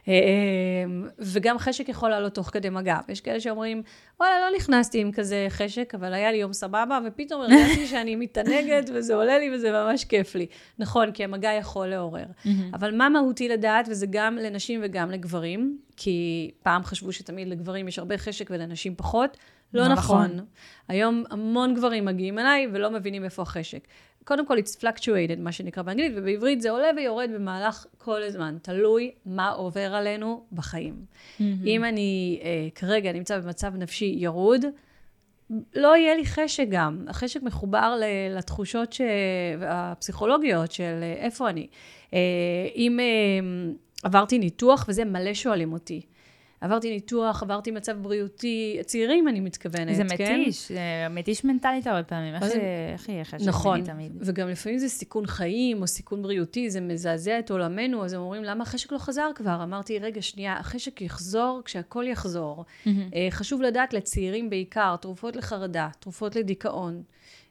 וגם חשק יכול לעלות תוך כדי מגע. יש כאלה שאומרים, וואלה, לא נכנסתי עם כזה חשק, אבל היה לי יום סבבה, ופתאום הרגשתי שאני מתענגת, וזה עולה לי, וזה ממש כיף לי. נכון, כי המגע יכול לעורר. אבל מה מהותי לדעת, וזה גם לנשים וגם לגברים, כי פעם חשבו שתמיד לגברים יש הרבה חשק ולנשים פחות, לא נכון. היום המון גברים מגיעים אליי, ולא מבינים איפה החשק. קודם כל, it's fluctuated, מה שנקרא באנגלית, ובעברית זה עולה ויורד במהלך כל הזמן. תלוי מה עובר עלינו בחיים. Mm-hmm. אם אני uh, כרגע נמצא במצב נפשי ירוד, לא יהיה לי חשק גם. החשק מחובר לתחושות ש... הפסיכולוגיות של איפה אני. אם עברתי ניתוח, וזה מלא שואלים אותי. עברתי ניתוח, עברתי מצב בריאותי, צעירים אני מתכוונת,
זה
כן?
מתיש, זה מתיש מנטלית הרבה פעמים, איך יהיה חשק
נכון,
מיני תמיד?
וגם לפעמים זה סיכון חיים, או סיכון בריאותי, זה מזעזע את עולמנו, אז הם אומרים, למה החשק לא חזר כבר? אמרתי, רגע, שנייה, החשק יחזור כשהכל יחזור. חשוב לדעת לצעירים בעיקר, תרופות לחרדה, תרופות לדיכאון,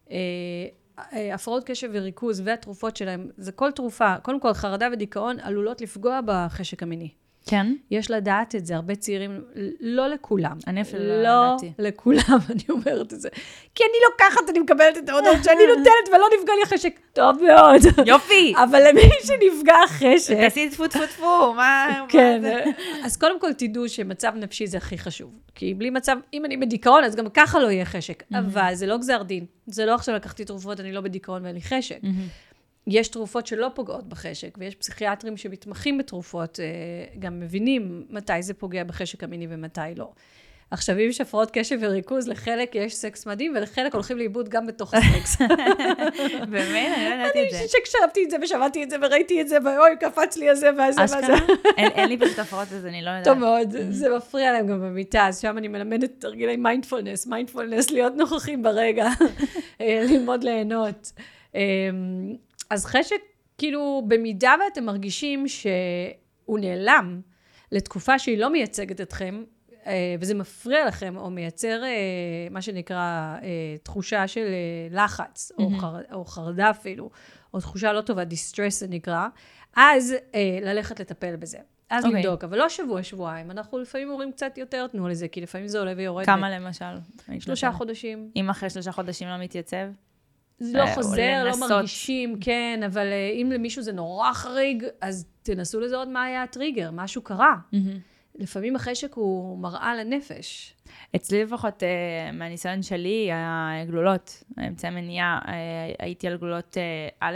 הפרעות קשב וריכוז והתרופות שלהם, זה כל תרופה, קודם כל חרדה ודיכאון עלולות לפגוע בחשק המיני.
כן?
יש לדעת את זה, הרבה צעירים, לא לכולם.
אני אפילו לא
ידעתי. לא לכולם, אני אומרת את זה. כי אני לוקחת, אני מקבלת את ההודעות שאני נוטלת, ולא נפגע לי חשק. טוב מאוד.
יופי.
אבל למי שנפגע חשק...
תעשי טפו טפו טפו, מה...
כן. אז קודם כל תדעו שמצב נפשי זה הכי חשוב. כי בלי מצב, אם אני בדיכאון, אז גם ככה לא יהיה חשק. אבל זה לא גזר דין. זה לא עכשיו לקחתי תרופות, אני לא בדיכאון ואין לי חשק. יש תרופות שלא פוגעות בחשק, ויש פסיכיאטרים שמתמחים בתרופות, גם מבינים מתי זה פוגע בחשק המיני ומתי לא. עכשיו, אם יש הפרעות קשב וריכוז, לחלק יש סקס מדהים, ולחלק הולכים לאיבוד גם בתוך הסקס.
באמת? אני לא ידעתי את זה.
אני שקשבתי את זה, ושמעתי את זה, וראיתי את זה, ואוי, קפץ לי הזה, והזה, והזה.
אין לי פשוט הפרעות לזה, אני לא יודעת.
טוב מאוד, זה מפריע להם גם במיטה, אז שם אני מלמדת תרגילי מיינדפולנס, מיינדפולנס, להיות נוכחים ברגע, ללמוד ליהנות. אז חשק, כאילו, במידה ואתם מרגישים שהוא נעלם לתקופה שהיא לא מייצגת אתכם, וזה מפריע לכם, או מייצר מה שנקרא תחושה של לחץ, או, חר, או חרדה אפילו, או תחושה לא טובה, distress זה נקרא, אז ללכת לטפל בזה. אז okay. לבדוק, אבל לא שבוע, שבועיים. אנחנו לפעמים אומרים קצת יותר, תנו לזה, כי לפעמים זה עולה ויורד.
כמה למשל?
שלושה חודשים.
אם אחרי שלושה חודשים לא מתייצב?
זה לא חוזר, לא מרגישים, כן, אבל אם למישהו זה נורא חריג, אז תנסו לזהות מה היה הטריגר, משהו קרה. לפעמים החשק הוא מראה לנפש.
אצלי לפחות, מהניסיון שלי, הגלולות, אמצעי מניעה, הייתי על גלולות א',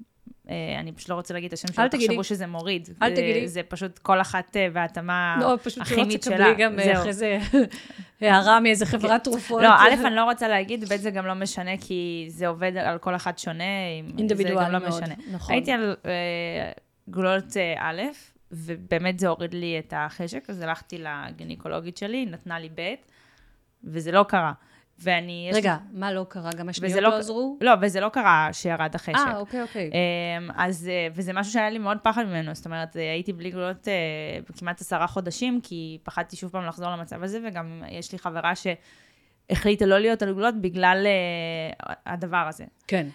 אני פשוט לא רוצה להגיד את השם שלו, תחשבו שזה מוריד.
אל תגידי.
זה פשוט כל אחת והתאמה
לא, פשוט שלא תקבלי גם אחרי זה הערה מאיזה חברת תרופות.
לא, א', אני לא רוצה להגיד, ב' זה גם לא משנה, כי זה עובד על כל אחת שונה,
אינדיבידואלי מאוד,
נכון. הייתי על גלולות א', ובאמת זה הוריד לי את החשק, אז הלכתי לגניקולוגית שלי, נתנה לי ב', וזה לא קרה. ואני...
רגע, מה לא קרה? גם השניות לא עזרו?
לא, וזה לא קרה שירד החשק.
אה, אוקיי, אוקיי.
אז, וזה משהו שהיה לי מאוד פחד ממנו, זאת אומרת, הייתי בלי גלולות כמעט עשרה חודשים, כי פחדתי שוב פעם לחזור למצב הזה, וגם יש לי חברה שהחליטה לא להיות על גלולות בגלל הדבר הזה.
כן.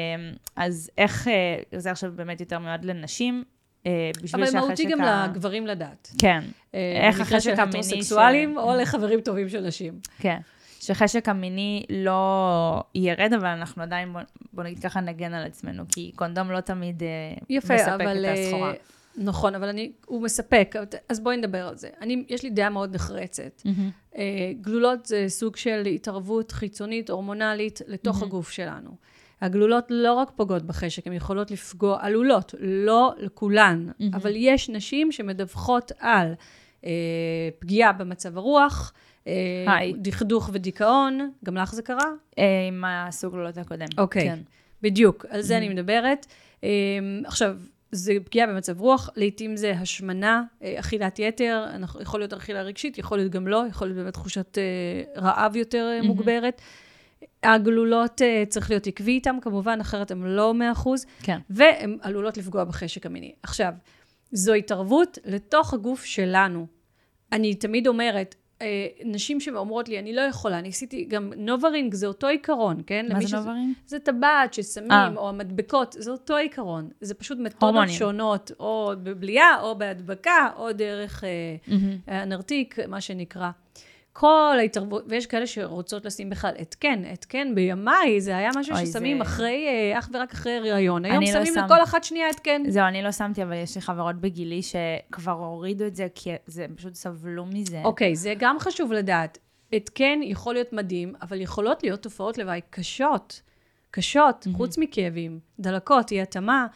אז איך, זה עכשיו באמת יותר מיועד לנשים,
אבל מהותי גם לגברים לדעת.
כן. איך החשק המיני...
הטרוסקסואלים או לחברים טובים של נשים.
כן. שחשק המיני לא ירד, אבל אנחנו עדיין, בוא, בוא נגיד ככה, נגן על עצמנו, כי קונדום לא תמיד
יפה,
מספק
אבל,
את הסחורה.
נכון, אבל אני, הוא מספק, אז בואי נדבר על זה. אני, יש לי דעה מאוד נחרצת. Mm-hmm. גלולות זה סוג של התערבות חיצונית, הורמונלית, לתוך mm-hmm. הגוף שלנו. הגלולות לא רק פוגעות בחשק, הן יכולות לפגוע, עלולות, לא לכולן, mm-hmm. אבל יש נשים שמדווחות על אה, פגיעה במצב הרוח, היי. דכדוך ודיכאון, גם לך זה קרה?
עם הסוג גלולות הקודם.
אוקיי, כן. בדיוק, על זה mm-hmm. אני מדברת. עכשיו, זה פגיעה במצב רוח, לעתים זה השמנה, אכילת יתר, יכול להיות אכילה רגשית, יכול להיות גם לא, יכול להיות באמת תחושת רעב יותר mm-hmm. מוגברת. הגלולות צריך להיות עקבי איתם, כמובן, אחרת הם לא מאה אחוז,
כן.
והן עלולות לפגוע בחשק המיני. עכשיו, זו התערבות לתוך הגוף שלנו. אני תמיד אומרת, נשים שאומרות לי, אני לא יכולה, אני עשיתי גם נוברינג, זה אותו עיקרון, כן?
מה זה נוברינג?
זה טבעת ששמים, 아. או המדבקות, זה אותו עיקרון. זה פשוט מתודות הורמונים. שונות, או בבליעה, או בהדבקה, או דרך mm-hmm. הנרתיק, מה שנקרא. כל ההתערבות, ויש כאלה שרוצות לשים בכלל התקן, התקן בימיי, זה היה משהו ששמים זה... אחרי, אך ורק אחרי הריון. היום שמים לא לכל שם... אחת שנייה התקן.
זהו, אני לא שמתי, אבל יש לי חברות בגילי שכבר הורידו את זה, כי זה פשוט סבלו מזה.
אוקיי, זה גם חשוב לדעת. התקן יכול להיות מדהים, אבל יכולות להיות תופעות לוואי קשות, קשות, mm-hmm. חוץ מכאבים, דלקות, אי התאמה.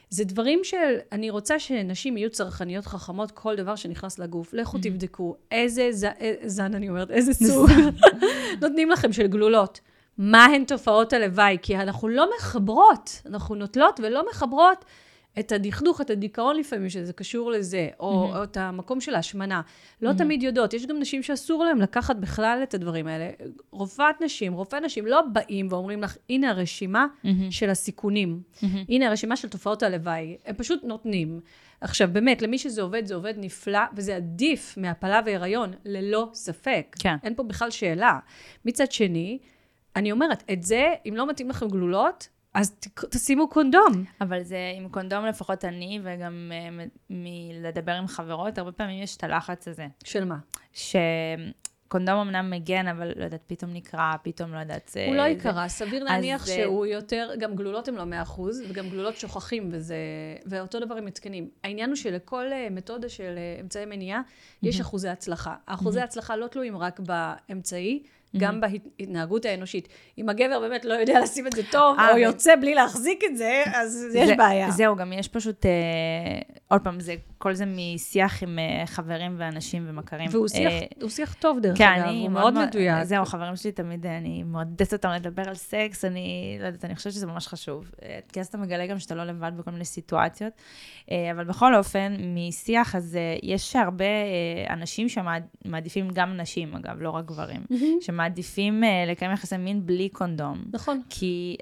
זה דברים של, אני רוצה שנשים יהיו צרכניות חכמות, כל דבר שנכנס לגוף. לכו תבדקו איזה זן, אני אומרת, איזה סוג נותנים לכם של גלולות. מה הן תופעות הלוואי? כי אנחנו לא מחברות, אנחנו נוטלות ולא מחברות את הדכדוך, את הדיכאון לפעמים, שזה קשור לזה, או, mm-hmm. או את המקום של ההשמנה. לא mm-hmm. תמיד יודעות, יש גם נשים שאסור להם לקחת בכלל את הדברים האלה. רופאת נשים, רופאי נשים לא באים ואומרים לך, הנה הרשימה mm-hmm. של הסיכונים, mm-hmm. הנה הרשימה של תופעות הלוואי, הם פשוט נותנים. עכשיו, באמת, למי שזה עובד, זה עובד נפלא, וזה עדיף מהפלה והיריון, ללא ספק. כן. אין פה בכלל שאלה. מצד שני, אני אומרת, את זה, אם לא מתאים לכם גלולות, אז תשימו קונדום.
אבל זה, עם קונדום לפחות אני, וגם uh, מלדבר עם חברות, הרבה פעמים יש את הלחץ הזה.
של מה?
שקונדום אמנם מגן, אבל לא יודעת, פתאום נקרא, פתאום לא יודעת.
הוא זה, לא יקרה, סביר להניח זה... שהוא יותר, גם גלולות הם לא מאה אחוז, וגם גלולות שוכחים, וזה, ואותו דבר הם מתקנים. העניין הוא שלכל מתודה של אמצעי מניעה, יש אחוזי הצלחה. האחוזי הצלחה לא תלויים רק באמצעי, גם בהתנהגות האנושית. אם הגבר באמת לא יודע לשים את זה טוב, או יוצא בלי להחזיק את זה, אז יש בעיה.
זהו, גם יש פשוט, עוד פעם, כל זה משיח עם חברים ואנשים ומכרים.
והוא שיח טוב דרך אגב, הוא מאוד מדויק.
זהו, חברים שלי תמיד, אני מעודדת אותם לדבר על סקס, אני לא יודעת, אני חושבת שזה ממש חשוב. כי אז אתה מגלה גם שאתה לא לבד בכל מיני סיטואציות. אבל בכל אופן, משיח, אז יש הרבה אנשים שמעדיפים גם נשים, אגב, לא רק גברים, שמעדיפים לקיים יחסי מין בלי קונדום.
נכון.
כי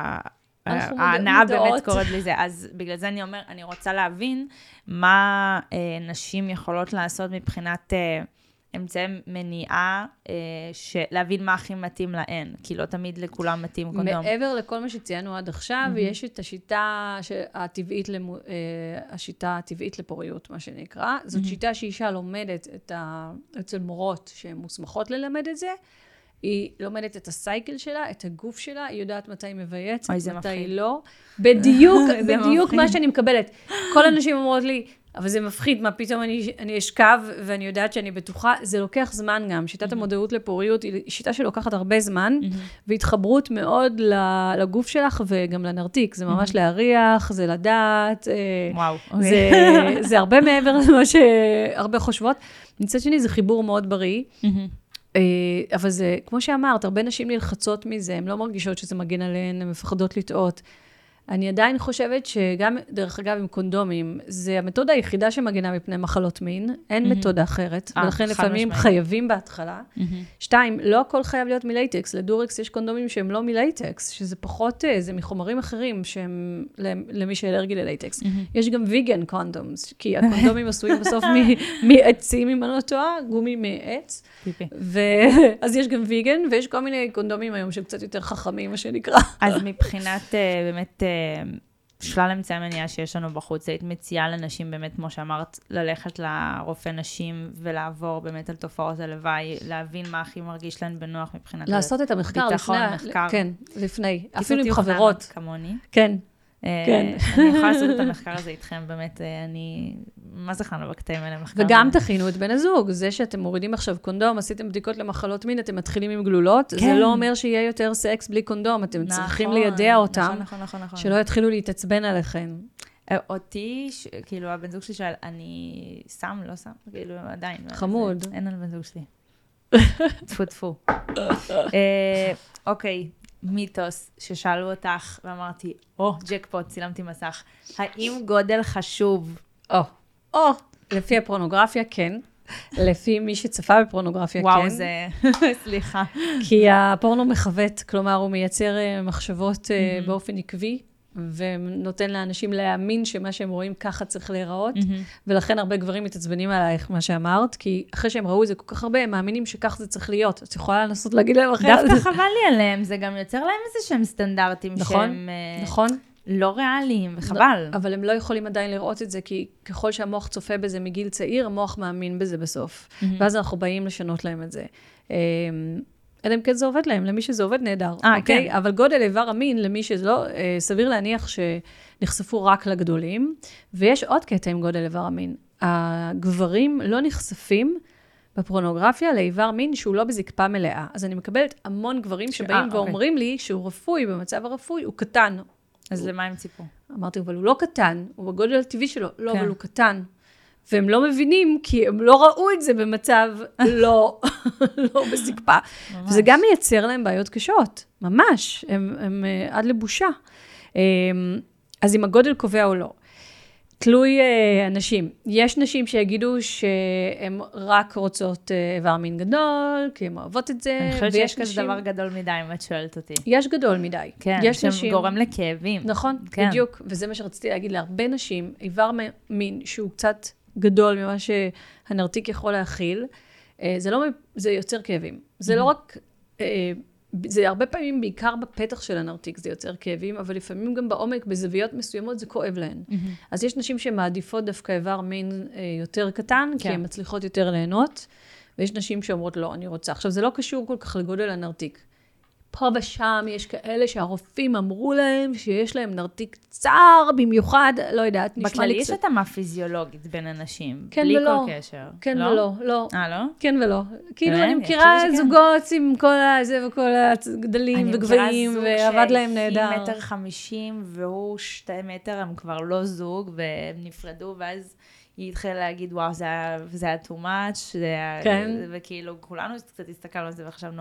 ההנאה באמת קוראת לזה. אז בגלל זה אני אומר, אני רוצה להבין מה נשים יכולות לעשות מבחינת אמצעי מניעה, להבין מה הכי מתאים להן, כי לא תמיד לכולם מתאים קונדום.
מעבר לכל מה שציינו עד עכשיו, יש את השיטה הטבעית, השיטה הטבעית לפוריות, מה שנקרא. זאת שיטה שאישה לומדת אצל מורות שהן מוסמכות ללמד את זה, היא לומדת את הסייקל שלה, את הגוף שלה, היא יודעת מתי היא מבייצת, מתי היא לא. בדיוק, בדיוק מה שאני מקבלת. כל האנשים אומרות לי, אבל זה מפחיד, מה פתאום אני, אני אשכב ואני יודעת שאני בטוחה, זה לוקח זמן גם. שיטת המודעות לפוריות היא שיטה שלוקחת הרבה זמן, והתחברות מאוד לגוף שלך וגם לנרתיק. זה ממש להריח, זה לדעת.
וואו.
זה, זה הרבה מעבר למה שהרבה חושבות. מצד שני, זה חיבור מאוד בריא. אבל זה, כמו שאמרת, הרבה נשים נלחצות מזה, הן לא מרגישות שזה מגן עליהן, הן מפחדות לטעות. אני עדיין חושבת שגם, דרך אגב, עם קונדומים, זה המתודה היחידה שמגנה מפני מחלות מין, אין mm-hmm. מתודה אחרת, 아, ולכן לפעמים משמעית. חייבים בהתחלה. Mm-hmm. שתיים, לא הכל חייב להיות מלייטקס, לדורקס יש קונדומים שהם לא מלייטקס, שזה פחות, זה מחומרים אחרים שהם למי שאלרגי ללייטקס. Mm-hmm. יש גם ויגן קונדומס, כי הקונדומים עשויים בסוף מעצים, אם אני לא טועה, גומי מעץ. אז יש גם ויגן, ויש כל מיני קונדומים היום שהם קצת יותר חכמים, מה שנקרא.
אז מבחינת באמת שלל אמצעי מניעה שיש לנו בחוץ, היית מציעה לנשים באמת, כמו שאמרת, ללכת לרופא נשים ולעבור באמת על תופעות הלוואי, להבין מה הכי מרגיש להן בנוח מבחינת
לעשות את המחקר
ביטחון,
לפני,
מחקר.
כן, לפני, אפילו עם חברות.
כמוני.
כן. כן.
אני יכולה לעשות את המחקר הזה איתכם, באמת, אני, מה זה חנו בקטעים האלה?
וגם תכינו את בן הזוג, זה שאתם מורידים עכשיו קונדום, עשיתם בדיקות למחלות מין, אתם מתחילים עם גלולות, זה לא אומר שיהיה יותר סקס בלי קונדום, אתם צריכים לידע אותם, שלא יתחילו להתעצבן עליכם.
אותי, כאילו, הבן זוג שלי שאל, אני שם, לא שם, כאילו, עדיין.
חמוד.
אין על בן זוג שלי. תפו תפו. אוקיי. מיתוס ששאלו אותך, ואמרתי, או, ג'קפוט, צילמתי מסך. האם גודל חשוב?
או, או, לפי הפורנוגרפיה, כן. לפי מי שצפה בפורנוגרפיה, כן.
וואו, זה, סליחה.
כי הפורנו מחוות, כלומר, הוא מייצר מחשבות באופן עקבי, ונותן לאנשים להאמין שמה שהם רואים ככה צריך להיראות, ולכן הרבה גברים מתעצבנים עלייך, מה שאמרת, כי אחרי שהם ראו את זה כל כך הרבה, הם מאמינים שכך זה צריך להיות. את יכולה לנסות להגיד להם אחרת.
דווקא חבל לי עליהם, זה גם יוצר להם איזה שהם סטנדרטים שהם לא ריאליים, וחבל.
אבל הם לא יכולים עדיין לראות את זה, כי ככל שהמוח צופה בזה מגיל צעיר, המוח מאמין בזה בסוף. ואז אנחנו באים לשנות להם את זה. אלא אם כן זה עובד להם, למי שזה עובד נהדר.
אה, כן.
אבל גודל איבר המין, למי שלא, סביר להניח שנחשפו רק לגדולים, ויש עוד קטע עם גודל איבר המין. הגברים לא נחשפים בפורנוגרפיה לאיבר מין שהוא לא בזקפה מלאה. אז אני מקבלת המון גברים שבאים ואומרים לי שהוא רפוי, במצב הרפוי, הוא קטן.
אז למה הם ציפו?
אמרתי, אבל הוא לא קטן, הוא בגודל הטבעי שלו. לא, אבל הוא קטן. והם לא מבינים, כי הם לא ראו את זה במצב לא, לא בזקפה. וזה גם מייצר להם בעיות קשות, ממש, הם, הם עד לבושה. אז אם הגודל קובע או לא. תלוי אנשים. יש נשים שיגידו שהן רק רוצות איבר מין גדול, כי הן אוהבות את זה.
אני חושבת שיש כזה דבר גדול מדי, אם את שואלת אותי.
יש גדול מדי.
כן, שגורם לכאבים.
נכון, בדיוק. וזה מה שרציתי להגיד להרבה נשים, איבר מין שהוא קצת גדול ממה שהנרתיק יכול להכיל, זה לא, זה יוצר כאבים. זה לא רק, זה הרבה פעמים בעיקר בפתח של הנרתיק זה יוצר כאבים, אבל לפעמים גם בעומק, בזוויות מסוימות, זה כואב להן. אז יש נשים שמעדיפות דווקא איבר מין יותר קטן, כי הן מצליחות יותר ליהנות, ויש נשים שאומרות לא, אני רוצה. עכשיו, זה לא קשור כל כך לגודל הנרתיק. פה ושם יש כאלה שהרופאים אמרו להם שיש להם נרתיק צר במיוחד, לא יודעת, נשמע לי קצת.
בכללי יש התאמה פיזיולוגית בין אנשים,
כן
בלי
ולא,
כל קשר.
כן לא? ולא, לא.
אה, לא?
כן ולא. כאילו אני מכירה זוגות עם כל הזה וכל הגדלים וגבהים, ועבד להם נהדר.
אני מכירה זוג שהיא מטר חמישים והוא שתי מטר, הם כבר לא זוג, והם נפרדו, ואז היא התחילה להגיד, וואו, זה היה too much,
כן.
וכאילו כולנו קצת הסתכלנו על זה וחשבנו,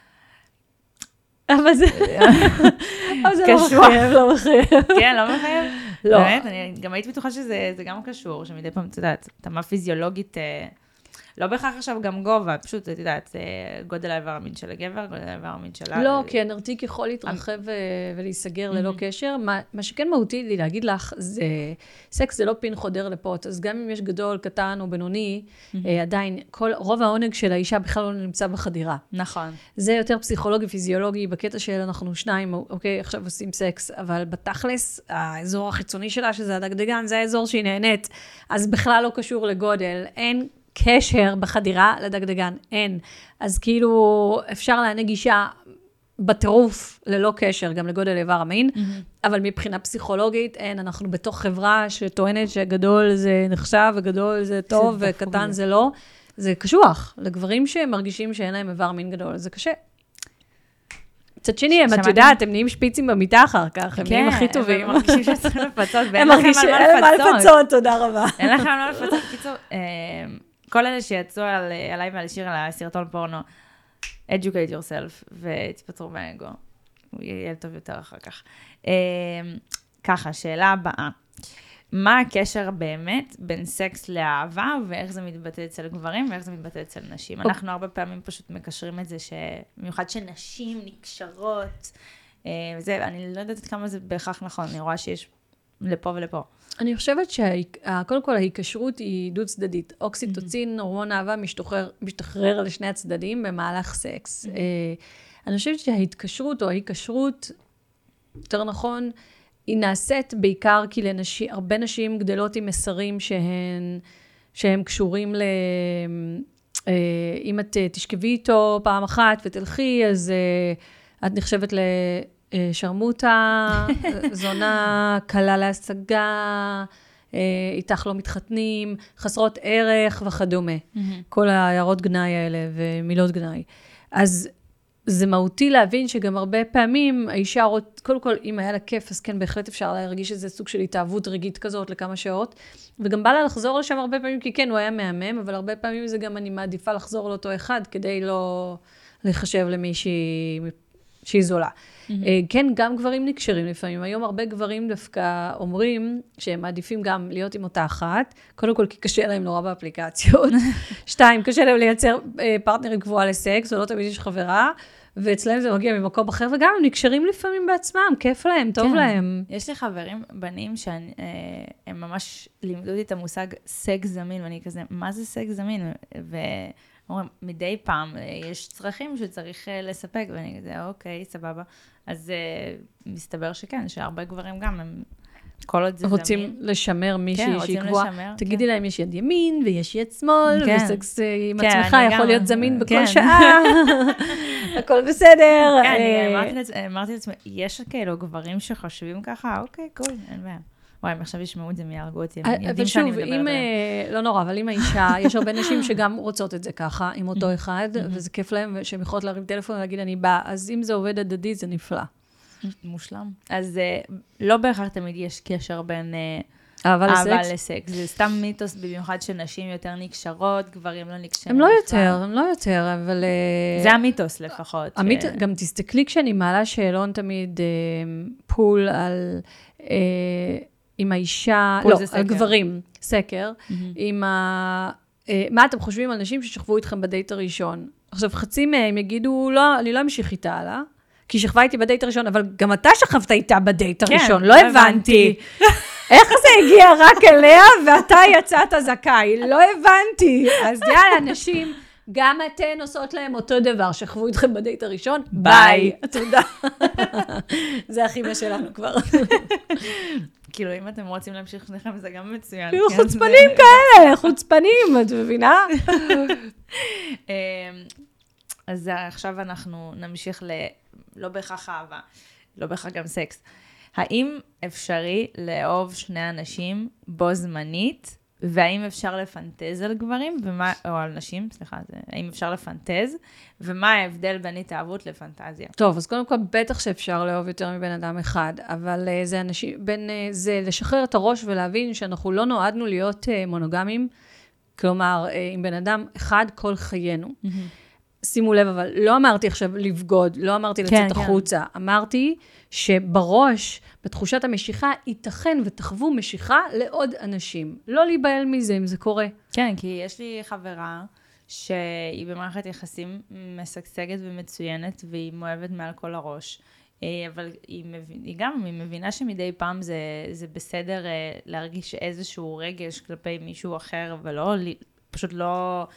אבל זה לא מחייב, לא מחייב.
כן, לא מחייב?
לא.
באמת, אני גם הייתי בטוחה שזה גם קשור, שמדי פעם, את יודעת, תמה פיזיולוגית, לא בהכרח עכשיו גם גובה, פשוט, את יודעת, גודל האיבר המין של הגבר, גודל האיבר המין שלה.
לא, כי הנרתיק יכול להתרחב ולהיסגר ללא קשר. מה שכן מהותי לי להגיד לך, זה, סקס זה לא פין חודר לפוט, אז גם אם יש גדול, קטן או בינוני, עדיין, רוב העונג של האישה בכלל לא נמצא בחדירה.
נכון.
זה יותר פסיכולוגי, פיזיולוגי, בקטע של אנחנו שניים, אוקיי, עכשיו עושים סקס, אבל בתכלס, האזור החיצוני שלה, שזה הדגדגן, זה האזור שהיא נהנית, אז בכלל לא קשור לגודל, אין קשר בחדירה לדגדגן, אין. אז כאילו אפשר לענג אישה בטירוף ללא קשר, גם לגודל איבר המין, mm-hmm. אבל מבחינה פסיכולוגית אין, אנחנו בתוך חברה שטוענת שגדול זה נחשב, וגדול זה טוב, זה וקטן זה לא. זה קשוח. לגברים שמרגישים שאין להם איבר מין גדול, זה קשה. קצת שני, אם את יודעת, הם נהיים שפיצים במיטה אחר כך, הם נהיים הכי טובים.
הם מרגישים שצריכים לפצות,
ואין לכם על מה לפצות, תודה רבה.
אין לכם על מה לפצות, בקיצור, כל אלה שיצאו עליי ועל שיר על הסרטון פורנו, educate yourself, ותפטרו מהאגו. הוא יהיה טוב יותר אחר כך. ככה, שאלה הבאה. מה הקשר באמת בין סקס לאהבה, ואיך זה מתבטא אצל גברים, ואיך זה מתבטא אצל נשים? אנחנו הרבה פעמים פשוט מקשרים את זה, במיוחד שנשים נקשרות, וזה, אני לא יודעת כמה זה בהכרח נכון, אני רואה שיש לפה ולפה.
אני חושבת שקודם כל ההיקשרות היא דו צדדית. אוקסיטוצין, הורמון אהבה, משתחרר, משתחרר לשני הצדדים במהלך סקס. אני חושבת שההתקשרות או ההיקשרות, יותר נכון, היא נעשית בעיקר כי לנשים, הרבה נשים גדלות עם מסרים שהן, שהם קשורים ל... אם את תשכבי איתו פעם אחת ותלכי, אז את נחשבת לשרמוטה, זונה, קלה להשגה, איתך לא מתחתנים, חסרות ערך וכדומה. Mm-hmm. כל העיירות גנאי האלה ומילות גנאי. אז זה מהותי להבין שגם הרבה פעמים האישה, קודם כל, אם היה לה כיף, אז כן, בהחלט אפשר להרגיש איזה סוג של התאהבות רגעית כזאת לכמה שעות, וגם בא לה לחזור לשם הרבה פעמים, כי כן, הוא היה מהמם, אבל הרבה פעמים זה גם אני מעדיפה לחזור לאותו אחד, כדי לא לחשב למישהי שהיא זולה. Mm-hmm. כן, גם גברים נקשרים לפעמים. היום הרבה גברים דווקא אומרים שהם מעדיפים גם להיות עם אותה אחת, קודם כל כי קשה להם נורא באפליקציות, שתיים, קשה להם לייצר פרטנרים קבועה לסקס, או לא תמיד יש חברה, ואצלהם זה מגיע ממקום אחר, וגם הם נקשרים לפעמים בעצמם, כיף להם, טוב כן. להם.
יש לי חברים, בנים, שהם ממש לימדו לי את המושג סקס זמין, ואני כזה, מה זה סקס זמין? ואומרים, מדי פעם יש צרכים שצריך לספק, ואני כזה, אוקיי, סבבה. אז מסתבר שכן, שהרבה גברים גם הם... כל עוד זה
רוצים
זמין.
לשמר מישהי
כן,
שהיא קבועה.
לשמר,
תגידי
כן.
להם, יש יד ימין ויש יד שמאל, כן. וסקס עם
כן,
עצמך יכול
גם,
להיות זמין בכל
כן.
שעה, הכל בסדר.
כן, אני אמרתי, לעצ... אמרתי לעצמי, יש כאילו גברים שחושבים ככה, אוקיי, קול, אין בעיה. וואי, הם עכשיו ישמעו את זה, מיהרגו אותי, הם יודעים שאני מדברת עליהם.
לא נורא, אבל אם האישה, יש הרבה נשים שגם רוצות את זה ככה, עם אותו אחד, וזה כיף להם, שהן יכולות להרים טלפון ולהגיד, אני באה, אז אם זה עובד הדדי, זה נפלא.
מושלם. אז לא בהכרח תמיד יש קשר בין
אהבה
אהבה
לסקס.
לסקס. זה סתם מיתוס, במיוחד שנשים יותר נקשרות, גברים לא נקשרים.
הם לא יותר, הם לא יותר, אבל...
זה המיתוס לפחות.
גם תסתכלי כשאני מעלה שאלון תמיד פול על... עם האישה, לא, על גברים, סקר, עם ה... מה אתם חושבים על נשים ששכבו איתכם בדייט הראשון? עכשיו, חצי מהם יגידו, לא, אני לא אמשיך איתה הלאה, כי שכבה איתי בדייט הראשון, אבל גם אתה שכבת איתה בדייט הראשון, לא הבנתי. איך זה הגיע רק אליה, ואתה יצאת זכאי? לא הבנתי. אז יאללה, נשים, גם אתן עושות להם אותו דבר, שכבו איתכם בדייט הראשון, ביי. תודה. זה הכימה שלנו כבר.
כאילו, אם אתם רוצים להמשיך שניכם, זה גם מצוין.
חוצפנים כאלה, חוצפנים, את מבינה?
אז עכשיו אנחנו נמשיך ל... לא בהכרח אהבה, לא בהכרח גם סקס. האם אפשרי לאהוב שני אנשים בו זמנית, והאם אפשר לפנטז על גברים, ומה, או על נשים, סליחה, זה, האם אפשר לפנטז, ומה ההבדל בין התאהבות לפנטזיה?
טוב, אז קודם כל, בטח שאפשר לאהוב יותר מבן אדם אחד, אבל uh, זה, אנשים, בין, uh, זה לשחרר את הראש ולהבין שאנחנו לא נועדנו להיות uh, מונוגמים, כלומר, uh, עם בן אדם אחד כל חיינו. Mm-hmm. שימו לב, אבל לא אמרתי עכשיו לבגוד, לא אמרתי לצאת כן, החוצה, כן. אמרתי שבראש, בתחושת המשיכה, ייתכן ותחוו משיכה לעוד אנשים. לא להיבהל מזה, אם זה קורה.
כן, כי יש לי חברה שהיא במערכת יחסים משגשגת ומצוינת, והיא מואבת מעל כל הראש. אבל היא, מבין, היא גם, היא מבינה שמדי פעם זה, זה בסדר להרגיש איזשהו רגש כלפי מישהו אחר, ולא, פשוט לא...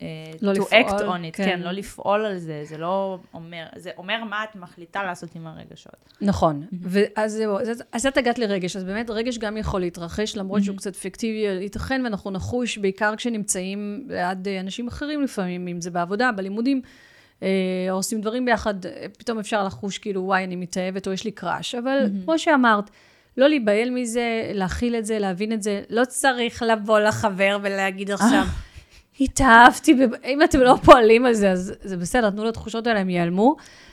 לא
to
לפעול,
act on it,
כן.
כן, לא לפעול על זה, זה לא אומר, זה אומר מה את מחליטה לעשות עם הרגשות.
נכון, ואז זהו, אז את הגעת לרגש, אז באמת רגש גם יכול להתרחש, למרות שהוא קצת פיקטיבי, ייתכן ואנחנו נחוש, בעיקר כשנמצאים ליד אנשים אחרים לפעמים, אם זה בעבודה, בלימודים, או עושים דברים ביחד, פתאום אפשר לחוש כאילו, וואי, אני מתאהבת, או יש לי קראש, אבל כמו שאמרת, לא להיבהל מזה, להכיל את זה, להבין את זה, לא צריך לבוא לחבר ולהגיד עכשיו, התאהבתי, אם אתם לא פועלים על זה, אז זה בסדר, תנו לתחושות האלה, הם ייעלמו.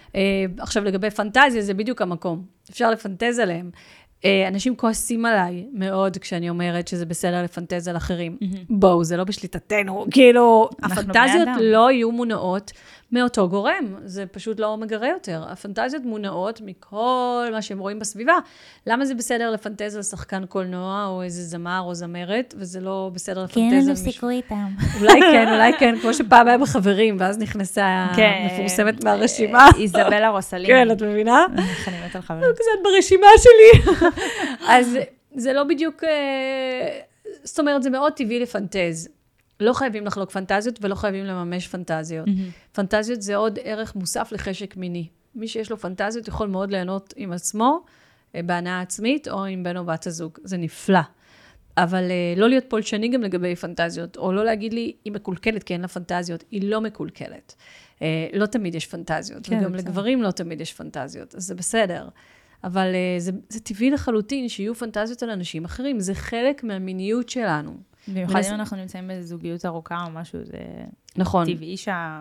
עכשיו, לגבי פנטזיה, זה בדיוק המקום. אפשר לפנטז עליהם. אנשים כועסים עליי מאוד, כשאני אומרת שזה בסדר לפנטז על אחרים. בואו, זה לא בשליטתנו. כאילו, הפנטזיות לא יהיו מונעות מאותו גורם. זה פשוט לא מגרה יותר. הפנטזיות מונעות מכל מה שהם רואים בסביבה. למה זה בסדר לפנטז על שחקן קולנוע, או איזה זמר או זמרת, וזה לא בסדר לפנטז על מישהו?
כן, הם הפסיקו איתם.
אולי כן, אולי כן, כמו שפעם היה בחברים, ואז נכנסה מפורסמת מהרשימה.
איזבלה רוסליני.
כן, את מבינה?
חנימת על חברים.
קצת ברשימה שלי. אז זה לא בדיוק, זאת אומרת, זה מאוד טבעי לפנטז. לא חייבים לחלוק פנטזיות ולא חייבים לממש פנטזיות. פנטזיות זה עוד ערך מוסף לחשק מיני. מי שיש לו פנטזיות יכול מאוד ליהנות עם עצמו, בהנאה עצמית או עם בן או בת הזוג. זה נפלא. אבל לא להיות פולשני גם לגבי פנטזיות, או לא להגיד לי, היא מקולקלת כי אין לה פנטזיות. היא לא מקולקלת. לא תמיד יש פנטזיות, וגם לגברים לא תמיד יש פנטזיות. אז זה בסדר. אבל זה, זה טבעי לחלוטין שיהיו פנטזיות על אנשים אחרים. זה חלק מהמיניות שלנו.
במיוחד אם אנחנו נמצאים בזוגיות ארוכה או משהו, זה
נכון.
טבעי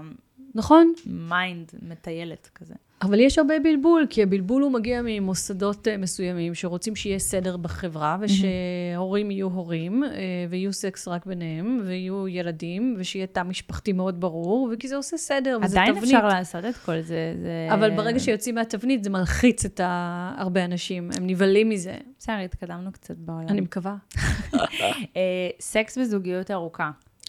נכון.
שהמיינד מטיילת כזה.
אבל יש הרבה בלבול, כי הבלבול הוא מגיע ממוסדות מסוימים, שרוצים שיהיה סדר בחברה, ושהורים יהיו הורים, ויהיו סקס רק ביניהם, ויהיו ילדים, ושיהיה תא משפחתי מאוד ברור, וכי זה עושה סדר, וזה תבנית.
עדיין אפשר לעשות את כל זה.
אבל ברגע שיוצאים מהתבנית, זה מלחיץ את הרבה אנשים, הם נבלים מזה.
בסדר, התקדמנו קצת בעולם.
אני מקווה.
סקס בזוגיות ארוכה.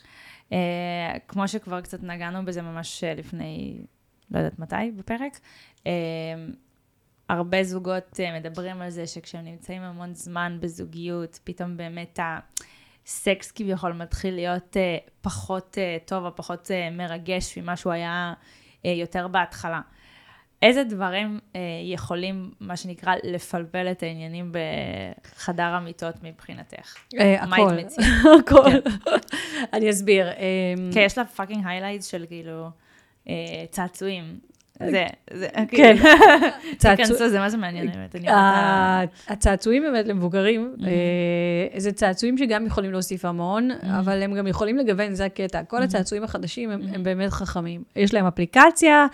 כמו שכבר קצת נגענו בזה ממש לפני... לא יודעת מתי, בפרק. הרבה זוגות מדברים על זה שכשהם נמצאים המון זמן בזוגיות, פתאום באמת הסקס כביכול מתחיל להיות פחות טוב, או פחות מרגש ממה שהוא היה יותר בהתחלה. איזה דברים יכולים, מה שנקרא, לפלפל את העניינים בחדר המיטות מבחינתך? מה היית מציעה?
הכל. אני אסביר.
כי יש לה פאקינג היילייטס של כאילו... צעצועים. זה, זה,
כן.
תיכנסו, זה מה זה מעניין.
הצעצועים באמת למבוגרים, זה צעצועים שגם יכולים להוסיף המון, אבל הם גם יכולים לגוון, זה הקטע. כל הצעצועים החדשים הם באמת חכמים. יש להם אפליקציה,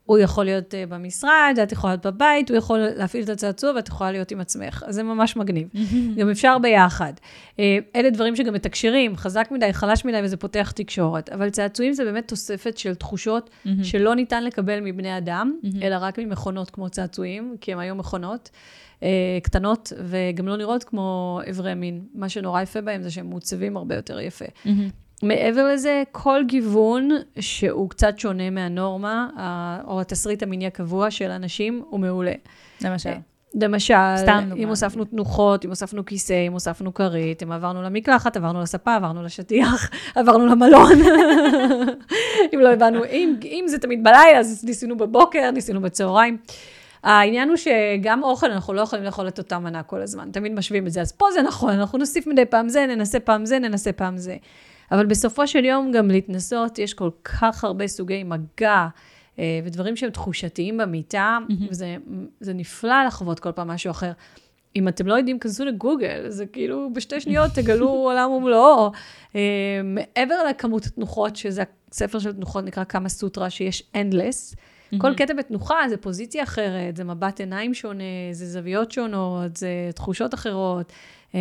הוא יכול להיות uh, במשרד, את יכולה להיות בבית, הוא יכול להפעיל את הצעצוע, ואת יכולה להיות עם עצמך. אז זה ממש מגניב. גם אפשר ביחד. Uh, אלה דברים שגם מתקשרים, חזק מדי, חלש מדי, וזה פותח תקשורת. אבל צעצועים זה באמת תוספת של תחושות שלא ניתן לקבל מבני אדם, אלא רק ממכונות כמו צעצועים, כי הם היום מכונות uh, קטנות, וגם לא נראות כמו אברי מין. מה שנורא יפה בהם זה שהם מעוצבים הרבה יותר יפה. מעבר לזה, כל גיוון שהוא קצת שונה מהנורמה, או התסריט המיני הקבוע של אנשים, הוא מעולה.
למשל.
למשל, אם הוספנו תנוחות, אם הוספנו כיסא, אם הוספנו כרית, אם עברנו למקלחת, עברנו לספה, עברנו לשטיח, עברנו למלון. אם לא הבנו, אם, אם זה תמיד בלילה, אז ניסינו בבוקר, ניסינו בצהריים. העניין הוא שגם אוכל, אנחנו לא יכולים לאכול את אותה מנה כל הזמן. תמיד משווים את זה. אז פה זה נכון, אנחנו נוסיף מדי פעם זה, ננסה פעם זה, ננסה פעם זה. אבל בסופו של יום גם להתנסות, יש כל כך הרבה סוגי מגע, ודברים שהם תחושתיים במיטה, וזה זה נפלא לחוות כל פעם משהו אחר. אם אתם לא יודעים, כנסו לגוגל, זה כאילו בשתי שניות תגלו עולם ומלואו. מעבר לכמות התנוחות, שזה הספר של תנוחות נקרא כמה סוטרה, שיש endless, כל קטע בתנוחה זה פוזיציה אחרת, זה מבט עיניים שונה, זה זוויות שונות, זה תחושות אחרות.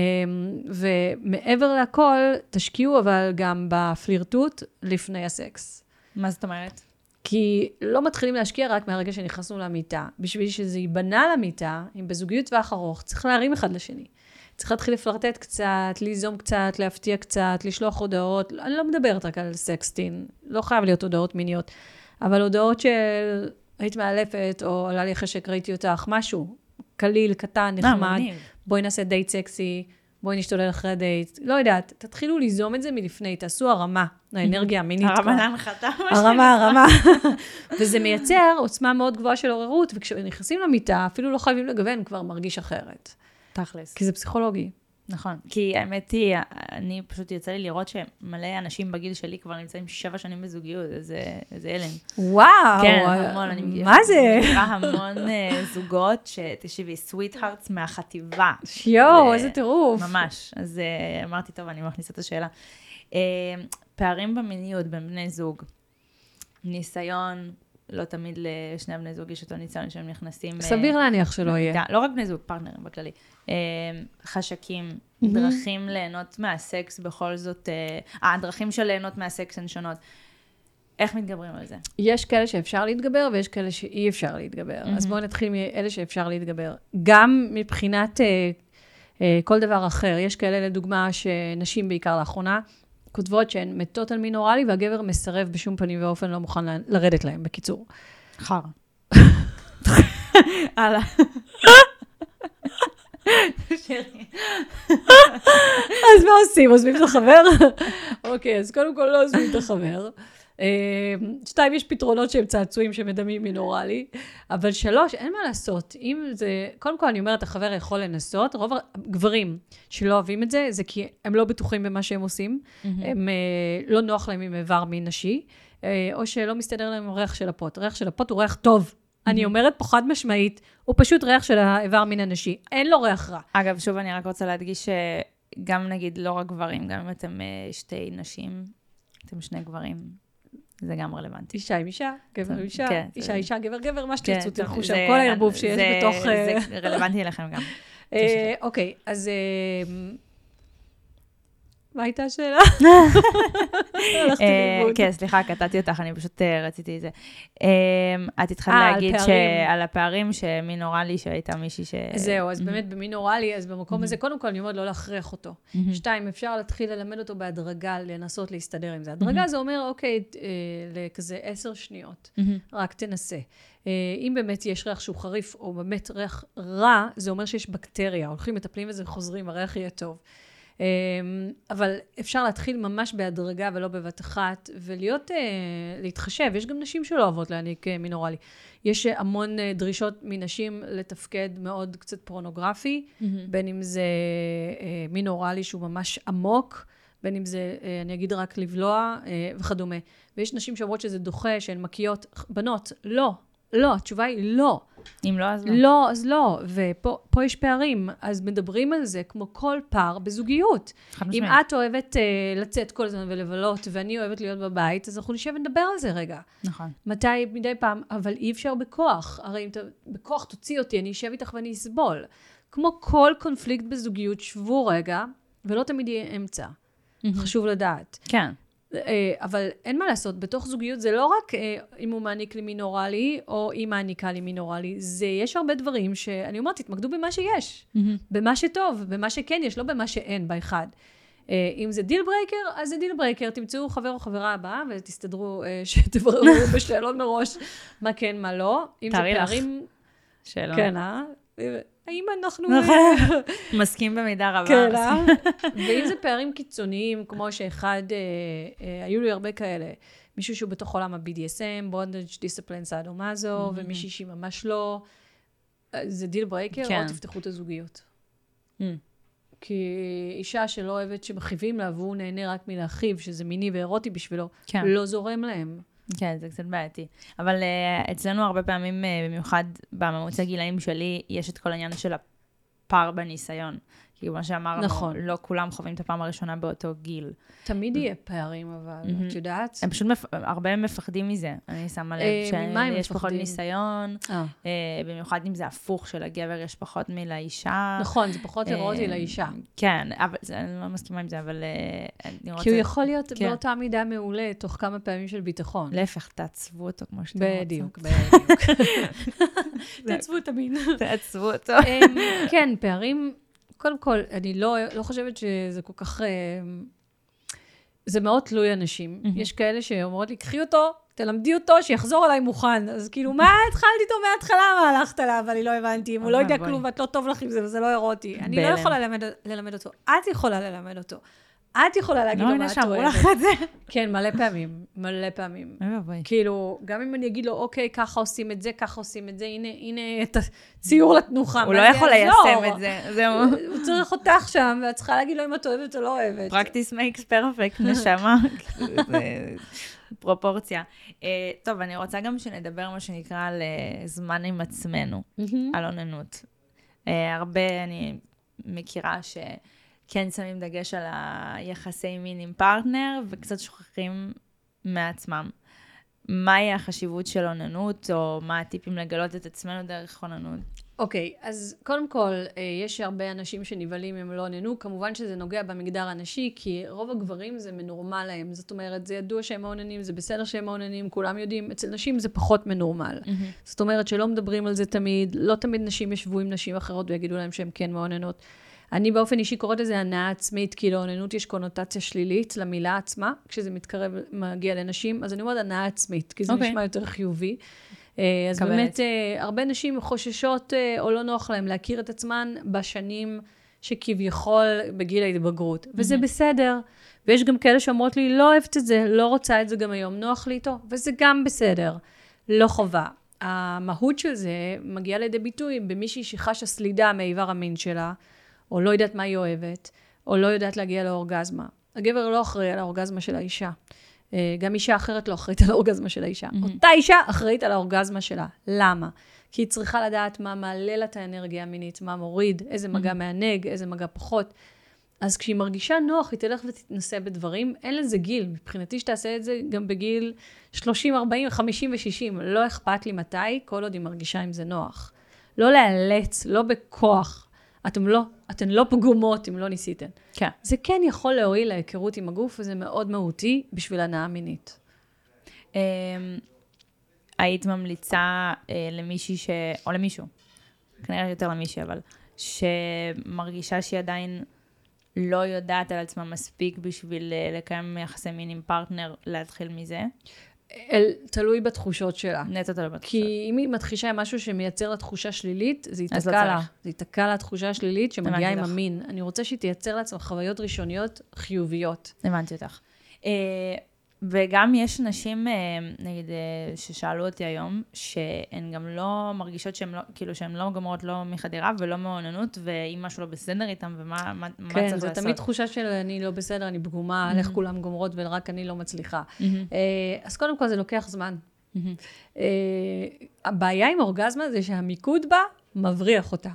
ומעבר לכל, תשקיעו אבל גם בפלירטוט לפני הסקס.
מה זאת אומרת?
כי לא מתחילים להשקיע רק מהרגע שנכנסנו למיטה. בשביל שזה ייבנה למיטה, אם בזוגיות טווח ארוך, צריך להרים אחד לשני. צריך להתחיל לפלרטט קצת, ליזום קצת, להפתיע קצת, לשלוח הודעות. אני לא מדברת רק על סקסטין, לא חייב להיות הודעות מיניות, אבל הודעות של היית מאלפת, או עלה לי חשק, ראיתי אותך, משהו קליל, קטן, נחמד. בואי נעשה דייט סקסי, בואי נשתולל אחרי דייט. לא יודעת, תתחילו ליזום את זה מלפני, תעשו הרמה, האנרגיה המינית.
הרמה להנחתה.
הרמה, הרמה. וזה מייצר עוצמה מאוד גבוהה של עוררות, וכשנכנסים למיטה, אפילו לא חייבים לגוון, כבר מרגיש אחרת.
תכלס.
כי זה פסיכולוגי.
נכון, כי האמת היא, אני פשוט יצא לי לראות שמלא אנשים בגיל שלי כבר נמצאים שבע שנים בזוגיות, איזה אלן.
וואו,
כן, המון, אני
מה זה?
מכירה המון זוגות שתשיבי, סוויט-הארטס מהחטיבה.
שיו, איזה טירוף.
ממש, אז אמרתי, טוב, אני מכניסה את השאלה. פערים במיניות בין בני זוג, ניסיון, לא תמיד לשני בני זוג יש אותו ניסיון שהם נכנסים...
סביר להניח שלא יהיה.
לא רק בני זוג, פרטנרים בכללי. חשקים, דרכים ליהנות מהסקס בכל זאת, הדרכים של ליהנות מהסקס הן שונות. איך מתגברים על זה?
יש כאלה שאפשר להתגבר ויש כאלה שאי אפשר להתגבר. אז בואו נתחיל מאלה שאפשר להתגבר. גם מבחינת כל דבר אחר, יש כאלה לדוגמה שנשים בעיקר לאחרונה, כותבות שהן מתות על מין אוראלי, והגבר מסרב בשום פנים ואופן לא מוכן לרדת להם, בקיצור.
חר. הלאה.
אז מה עושים? עוזבים את החבר? אוקיי, אז קודם כל לא עוזבים את החבר. שתיים, יש פתרונות שהם צעצועים שמדמים מין אוראלי, אבל שלוש, אין מה לעשות. אם זה, קודם כל אני אומרת, החבר יכול לנסות, רוב הגברים שלא אוהבים את זה, זה כי הם לא בטוחים במה שהם עושים, הם לא נוח להם עם איבר מין נשי, או שלא מסתדר להם עם ריח של הפוט. ריח של הפוט הוא ריח טוב. אני אומרת פה חד משמעית, הוא פשוט ריח של האיבר מין הנשי. אין לו ריח רע.
אגב, שוב אני רק רוצה להדגיש שגם נגיד לא רק גברים, גם אם אתם שתי נשים, אתם שני גברים. זה גם רלוונטי.
אישה עם אישה, גבר עם אישה,
כן,
אישה,
זה...
אישה, גבר, גבר, מה שתרצו,
כן,
תלכו שם,
זה...
כל הערבוב שיש
זה...
בתוך...
זה רלוונטי אליכם גם.
אוקיי, אז... מה הייתה השאלה?
כן, סליחה, קטעתי אותך, אני פשוט רציתי את זה. את התחלת להגיד על הפערים שמין אוראלי שהייתה מישהי ש...
זהו, אז באמת במין אוראלי, אז במקום הזה, קודם כל אני אומרת לא להכריח אותו. שתיים, אפשר להתחיל ללמד אותו בהדרגה, לנסות להסתדר עם זה. הדרגה זה אומר, אוקיי, לכזה עשר שניות, רק תנסה. אם באמת יש ריח שהוא חריף, או באמת ריח רע, זה אומר שיש בקטריה, הולכים, מטפלים וזה חוזרים, הריח יהיה טוב. אבל אפשר להתחיל ממש בהדרגה ולא בבת אחת, ולהיות, להתחשב. יש גם נשים שלא אוהבות להעניק מין אוראלי. יש המון דרישות מנשים לתפקד מאוד קצת פורנוגרפי, בין אם זה מין אוראלי שהוא ממש עמוק, בין אם זה, אני אגיד רק לבלוע וכדומה. ויש נשים שאומרות שזה דוחה, שהן מקיות, בנות, לא, לא, התשובה היא לא.
אם לא, אז לא.
לא, אז לא, ופה פה יש פערים, אז מדברים על זה כמו כל פער בזוגיות. אם את אוהבת uh, לצאת כל הזמן ולבלות, ואני אוהבת להיות בבית, אז אנחנו נשב ונדבר על זה רגע.
נכון.
מתי, מדי פעם, אבל אי אפשר בכוח. הרי אם אתה בכוח תוציא אותי, אני אשב איתך ואני אסבול. כמו כל קונפליקט בזוגיות, שבו רגע, ולא תמיד יהיה אמצע. חשוב לדעת.
כן.
אבל אין מה לעשות, בתוך זוגיות זה לא רק אם הוא מעניק לי מין אוראלי, או היא מעניקה לי מין אוראלי, זה יש הרבה דברים שאני אומרת, תתמקדו במה שיש, במה שטוב, במה שכן יש, לא במה שאין באחד. אם זה דיל ברייקר, אז זה דיל ברייקר, תמצאו חבר או חברה הבאה, ותסתדרו, שתבררו בשאלון מראש, מה כן, מה לא. אם זה פערים...
שאלון.
כן, אה? האם אנחנו...
מסכים במידה רבה.
כן, אה? ואם זה פערים קיצוניים, כמו שאחד, היו לי הרבה כאלה, מישהו שהוא בתוך עולם ה-בי די אס אם, בונדג' דיסציפלין סאדו-מאזו, ומישהי שהיא ממש לא, זה דיל ברייקר, או תפתחו את הזוגיות. כי אישה שלא אוהבת שמחיבים לה, והוא נהנה רק מלהחיב, שזה מיני ואירוטי בשבילו, לא זורם להם.
כן, זה קצת בעייתי. אבל uh, אצלנו הרבה פעמים, uh, במיוחד בממוצע גילאים שלי, יש את כל העניין של הפער בניסיון. כי כמו שאמרנו, נכון. לא כולם חווים את הפעם הראשונה באותו גיל.
תמיד יהיה פערים, אבל את יודעת?
הם פשוט, מפ... הרבה מפחדים מזה. אני שמה לב שיש פחות ניסיון, במיוחד אם זה הפוך של הגבר, יש פחות מלאישה.
נכון, זה פחות אירוטי לאישה.
כן, אבל אני לא מסכימה עם זה, אבל אני רוצה...
כי הוא יכול להיות באותה מידה מעולה, תוך כמה פעמים של ביטחון.
להפך, תעצבו אותו כמו שאתם רוצים.
בדיוק, בדיוק. תעצבו את המין.
תעצבו אותו.
כן, פערים... קודם כל, אני לא, לא חושבת שזה כל כך... זה מאוד תלוי אנשים. Mm-hmm. יש כאלה שאומרות לי, קחי אותו, תלמדי אותו, שיחזור עליי מוכן. אז כאילו, מה התחלתי איתו מההתחלה? מה הלכת עליו? אני לא הבנתי. אם הוא לא יודע כלום, ואת לא טוב לך עם זה, וזה לא אירוטי. אני לא יכולה ללמד, ללמד אותו. את יכולה ללמד אותו. את יכולה להגיד לו מה את אוהבת. לא, הנה שאמרו לך את זה. כן, מלא פעמים. מלא פעמים. כאילו, גם אם אני אגיד לו, אוקיי, ככה עושים את זה, ככה עושים את זה, הנה, הנה את הציור לתנוחה.
הוא לא יכול ליישם את זה. זהו.
הוא צריך אותך שם, ואת צריכה להגיד לו אם את אוהבת או לא אוהבת.
Practice makes perfect, נשמה. פרופורציה. טוב, אני רוצה גם שנדבר מה שנקרא על זמן עם עצמנו, על עוננות. הרבה אני מכירה ש... כן שמים דגש על היחסי מין עם פרטנר, וקצת שוכחים מעצמם. מהי החשיבות של עוננות, או מה הטיפים לגלות את עצמנו דרך עוננות?
אוקיי, okay, אז קודם כל, יש הרבה אנשים שנבהלים אם לא עוננו, כמובן שזה נוגע במגדר הנשי, כי רוב הגברים זה מנורמל להם, זאת אומרת, זה ידוע שהם מעוננים, זה בסדר שהם מעוננים, כולם יודעים, אצל נשים זה פחות מנורמל. Mm-hmm. זאת אומרת שלא מדברים על זה תמיד, לא תמיד נשים ישבו עם נשים אחרות ויגידו להם שהן כן מעוננות. אני באופן אישי קוראת לזה הנאה עצמית, כי לעוננות יש קונוטציה שלילית למילה עצמה, כשזה מתקרב, מגיע לנשים, אז אני אומרת הנאה עצמית, כי זה okay. נשמע יותר חיובי. אז קבלת. באמת, הרבה נשים חוששות או לא נוח להם להכיר את עצמן בשנים שכביכול בגיל ההתבגרות, mm-hmm. וזה בסדר. ויש גם כאלה שאומרות לי, לא אוהבת את זה, לא רוצה את זה גם היום, נוח לי איתו, וזה גם בסדר. לא חובה. המהות של זה מגיעה לידי ביטוי במישהי שחשה סלידה מאיבר המין שלה, או לא יודעת מה היא אוהבת, או לא יודעת להגיע לאורגזמה. הגבר לא אחראי על האורגזמה של האישה. גם אישה אחרת לא אחראית על האורגזמה של האישה. Mm-hmm. אותה אישה אחראית על האורגזמה שלה. למה? כי היא צריכה לדעת מה מעלה לה את האנרגיה המינית, מה מוריד, איזה מגע mm-hmm. מענג, איזה מגע פחות. אז כשהיא מרגישה נוח, היא תלך ותתנסה בדברים, אין לזה גיל. מבחינתי שתעשה את זה גם בגיל שלושים, ארבעים, חמישים ושישים. לא אכפת לי מתי, כל עוד היא מרגישה אם זה נוח. לא להיאלץ, לא בכוח. אתם לא, אתן לא פגומות אם לא ניסיתן.
כן.
זה כן יכול להועיל להיכרות עם הגוף, וזה מאוד מהותי בשביל הנאה מינית.
היית ממליצה למישהי ש... או למישהו, כנראה יותר למישהי, אבל שמרגישה שהיא עדיין לא יודעת על עצמה מספיק בשביל לקיים יחסי מין עם פרטנר, להתחיל מזה?
אל, תלוי בתחושות שלה.
נטו תלוי בתחושות.
כי אם היא מתחישה עם משהו שמייצר לה תחושה שלילית, זה יתקע לה. זה יתקע לה תחושה שלילית שמגיעה עם המין. אני רוצה שהיא תייצר לעצמה חוויות ראשוניות חיוביות.
הבנתי אותך. וגם יש נשים, נגיד, ששאלו אותי היום, שהן גם לא מרגישות שהן לא, כאילו שהן לא גמרות לא מחדירה ולא מעוננות, ואם משהו לא בסדר איתם, ומה מה,
כן,
מה צריך לעשות.
כן, זה תמיד תחושה של אני לא בסדר, אני פגומה, mm-hmm. איך כולם גומרות, ורק אני לא מצליחה. Mm-hmm. אז קודם כל זה לוקח זמן. Mm-hmm. הבעיה עם אורגזמה זה שהמיקוד בה מבריח אותה.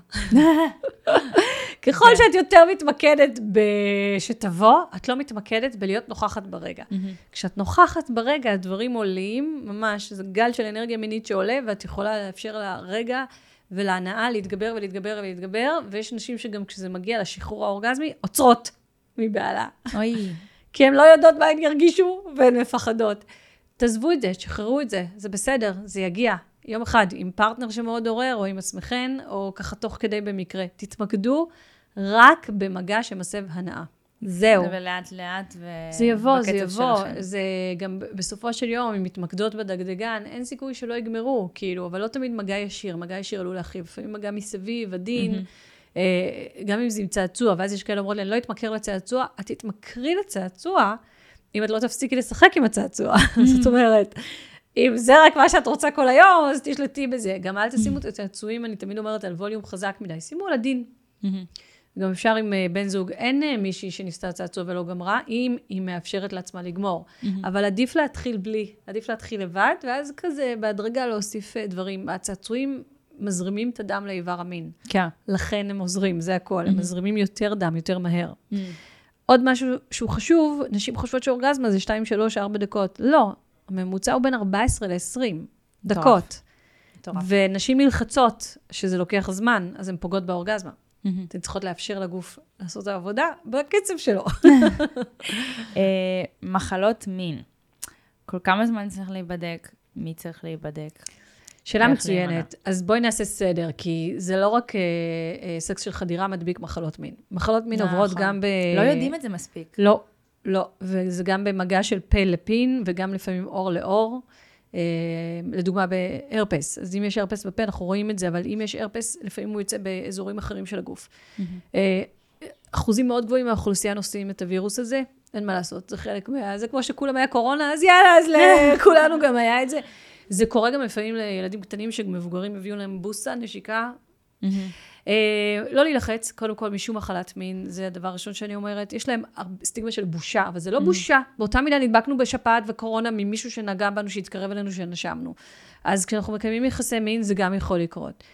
ככל שאת יותר מתמקדת שתבוא, את לא מתמקדת בלהיות נוכחת ברגע. כשאת נוכחת ברגע, הדברים עולים, ממש, זה גל של אנרגיה מינית שעולה, ואת יכולה לאפשר לרגע ולהנאה להתגבר ולהתגבר ולהתגבר, ויש נשים שגם כשזה מגיע לשחרור האורגזמי, עוצרות מבעלה.
אוי.
כי הן לא יודעות מה הן ירגישו, והן מפחדות. תעזבו את זה, תשחררו את זה, זה בסדר, זה יגיע. יום אחד, עם פרטנר שמאוד עורר, או עם עצמכן, או ככה תוך כדי במקרה. תתמקדו רק במגע שמסב הנאה. זהו.
ולאט לאט ו...
זה יבוא, זה יבוא. זה גם בסופו של יום, אם מתמקדות בדגדגן, אין סיכוי שלא יגמרו, כאילו, אבל לא תמיד מגע ישיר. מגע ישיר עלול להרחיב. לפעמים מגע מסביב, עדין, גם אם זה עם צעצוע, ואז יש כאלה אומרות לי, אני לא אתמכר לצעצוע, את תתמכרי לצעצוע, אם את לא תפסיקי לשחק עם הצעצוע. זאת אומרת, אם זה רק מה שאת רוצה כל היום, אז תשלטי בזה. גם אל תשימו את הצעצועים, אני תמיד אומרת על ווליום חזק מדי. שימו על הדין. גם אפשר עם בן זוג, אין מישהי שניסתה צעצוע ולא גמרה, אם היא מאפשרת לעצמה לגמור. אבל עדיף להתחיל בלי, עדיף להתחיל לבד, ואז כזה בהדרגה להוסיף דברים. הצעצועים מזרימים את הדם לאיבר המין.
כן.
לכן הם עוזרים, זה הכל. הם מזרימים יותר דם, יותר מהר. עוד משהו שהוא חשוב, נשים חושבות שאורגזמה זה שתיים, שלוש, ארבע דקות. לא. הממוצע הוא בין ארבע עשרה לעשרים דקות. ונשים מלחצות, שזה לוקח זמן, אז הן פוגעות באורגזמה. אתן צריכות לאפשר לגוף לעשות את העבודה בקצב שלו.
מחלות מין. כל כמה זמן צריך להיבדק? מי צריך להיבדק?
שאלה מצוינת. אז בואי נעשה סדר, כי זה לא רק סקס של חדירה מדביק מחלות מין. מחלות מין עוברות גם ב...
לא יודעים את זה מספיק.
לא. לא, וזה גם במגע של פה לפין, וגם לפעמים אור לאור, לדוגמה בהרפס. אז אם יש הרפס בפה, אנחנו רואים את זה, אבל אם יש הרפס, לפעמים הוא יוצא באזורים אחרים של הגוף. אחוזים מאוד גבוהים מהאוכלוסייה נושאים את הווירוס הזה, אין מה לעשות, זה חלק מה... זה כמו שכולם היה קורונה, אז יאללה, אז לכולנו גם היה את זה. זה קורה גם לפעמים לילדים קטנים שמבוגרים הביאו להם בוסה, נשיקה, לא להילחץ, קודם כל משום מחלת מין, זה הדבר הראשון שאני אומרת, יש להם סטיגמה של בושה, אבל זה לא בושה, באותה מידה נדבקנו בשפעת וקורונה ממישהו שנגע בנו, שהתקרב אלינו, שנשמנו. אז כשאנחנו מקיימים יחסי מין, זה גם יכול לקרות.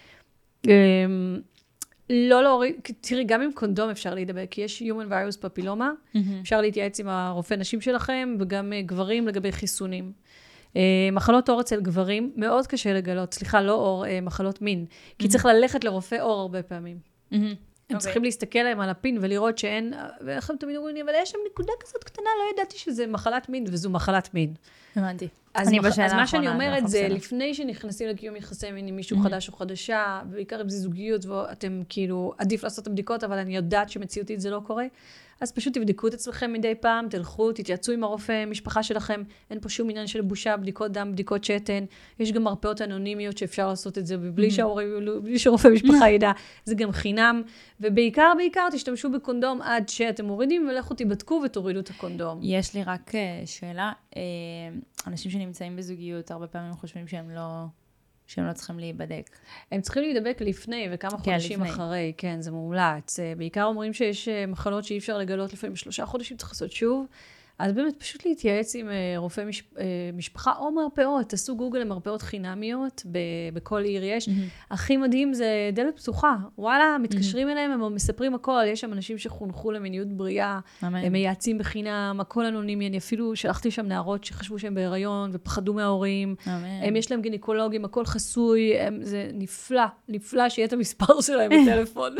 לא להוריד, תראי, גם עם קונדום אפשר להידבק, כי יש Human Virus Papilloma, אפשר להתייעץ עם הרופא נשים שלכם, וגם גברים לגבי חיסונים. מחלות עור אצל גברים, מאוד קשה לגלות, סליחה, לא עור, מחלות מין, כי צריך ללכת לרופא עור הרבה פעמים. הם צריכים להסתכל להם על הפין ולראות שאין, ואיך הם תמיד אומרים לי, אבל יש שם נקודה כזאת קטנה, לא ידעתי שזה מחלת מין, וזו מחלת מין.
הבנתי.
אז מה שאני אומרת זה, לפני שנכנסים לקיום יחסי מין עם מישהו חדש או חדשה, בעיקר אם זה זוגיות, ואתם כאילו, עדיף לעשות את הבדיקות, אבל אני יודעת שמציאותית זה לא קורה, אז פשוט תבדקו את עצמכם מדי פעם, תלכו, תתייעצו עם הרופא משפחה שלכם, אין פה שום עניין של בושה, בדיקות דם, בדיקות שתן, יש גם מרפאות אנונימיות שאפשר לעשות את זה, בלי שרופא משפחה ידע, זה גם חינם, ובעיקר, בעיקר תשתמשו בקונדום עד שאתם מורידים, ולכו תבדקו ותורידו את הקונדום.
יש לי רק שאלה, אנשים שנמצאים בזוגיות, הרבה פעמים חושבים שהם לא... שהם לא צריכים להיבדק.
הם צריכים להידבק לפני וכמה חודשים אחרי, כן, זה מומלץ. בעיקר אומרים שיש מחלות שאי אפשר לגלות לפעמים שלושה חודשים, צריך לעשות שוב. אז באמת פשוט להתייעץ עם רופא משפחה או מרפאות, תעשו גוגל למרפאות חינמיות, בכל עיר יש. הכי מדהים זה דלת פתוחה. וואלה, מתקשרים אליהם, הם מספרים הכל, יש שם אנשים שחונכו למיניות בריאה, הם מייעצים בחינם, הכל אנונימי, אני אפילו שלחתי שם נערות שחשבו שהם בהיריון ופחדו מההורים. הם יש להם גינקולוגים, הכל חסוי, זה נפלא, נפלא שיהיה את המספר שלהם בטלפון.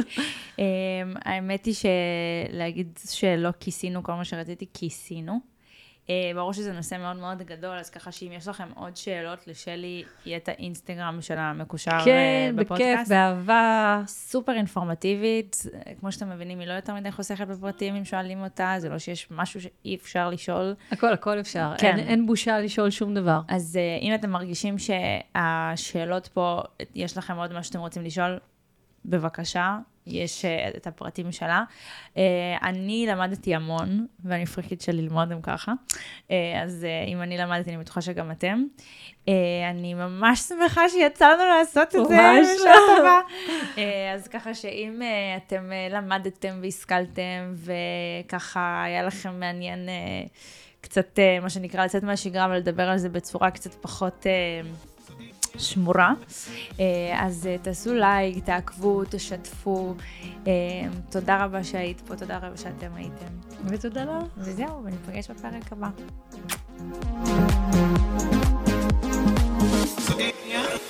האמת היא שלהגיד שלא כיסינו כל מה שרציתי, כיסינו. ברור שזה נושא מאוד מאוד גדול, אז ככה שאם יש לכם עוד שאלות לשלי, יהיה את האינסטגרם של המקושר בפודקאסט.
כן, בכיף, באהבה.
סופר אינפורמטיבית, כמו שאתם מבינים, היא לא יותר מדי חוסכת בפרטים אם שואלים אותה, זה לא שיש משהו שאי אפשר לשאול.
הכל, הכל אפשר. כן. אין, אין בושה לשאול שום דבר.
אז אם אתם מרגישים שהשאלות פה, יש לכם עוד מה שאתם רוצים לשאול, בבקשה, יש את הפרטים שלה. אני למדתי המון, ואני פריקית של ללמוד הם ככה. אז אם אני למדתי, אני בטוחה שגם אתם. אני ממש שמחה שיצאנו לעשות את זה.
ממש
טובה. אז ככה שאם אתם למדתם והשכלתם, וככה היה לכם מעניין קצת, מה שנקרא, לצאת מהשגרה, ולדבר על זה בצורה קצת פחות שמורה. אז תעשו לייק, תעקבו, תשתפו. תודה רבה שהיית פה, תודה רבה שאתם הייתם.
ותודה לה.
וזהו, ונפגש בפרק הבא.
So, yeah.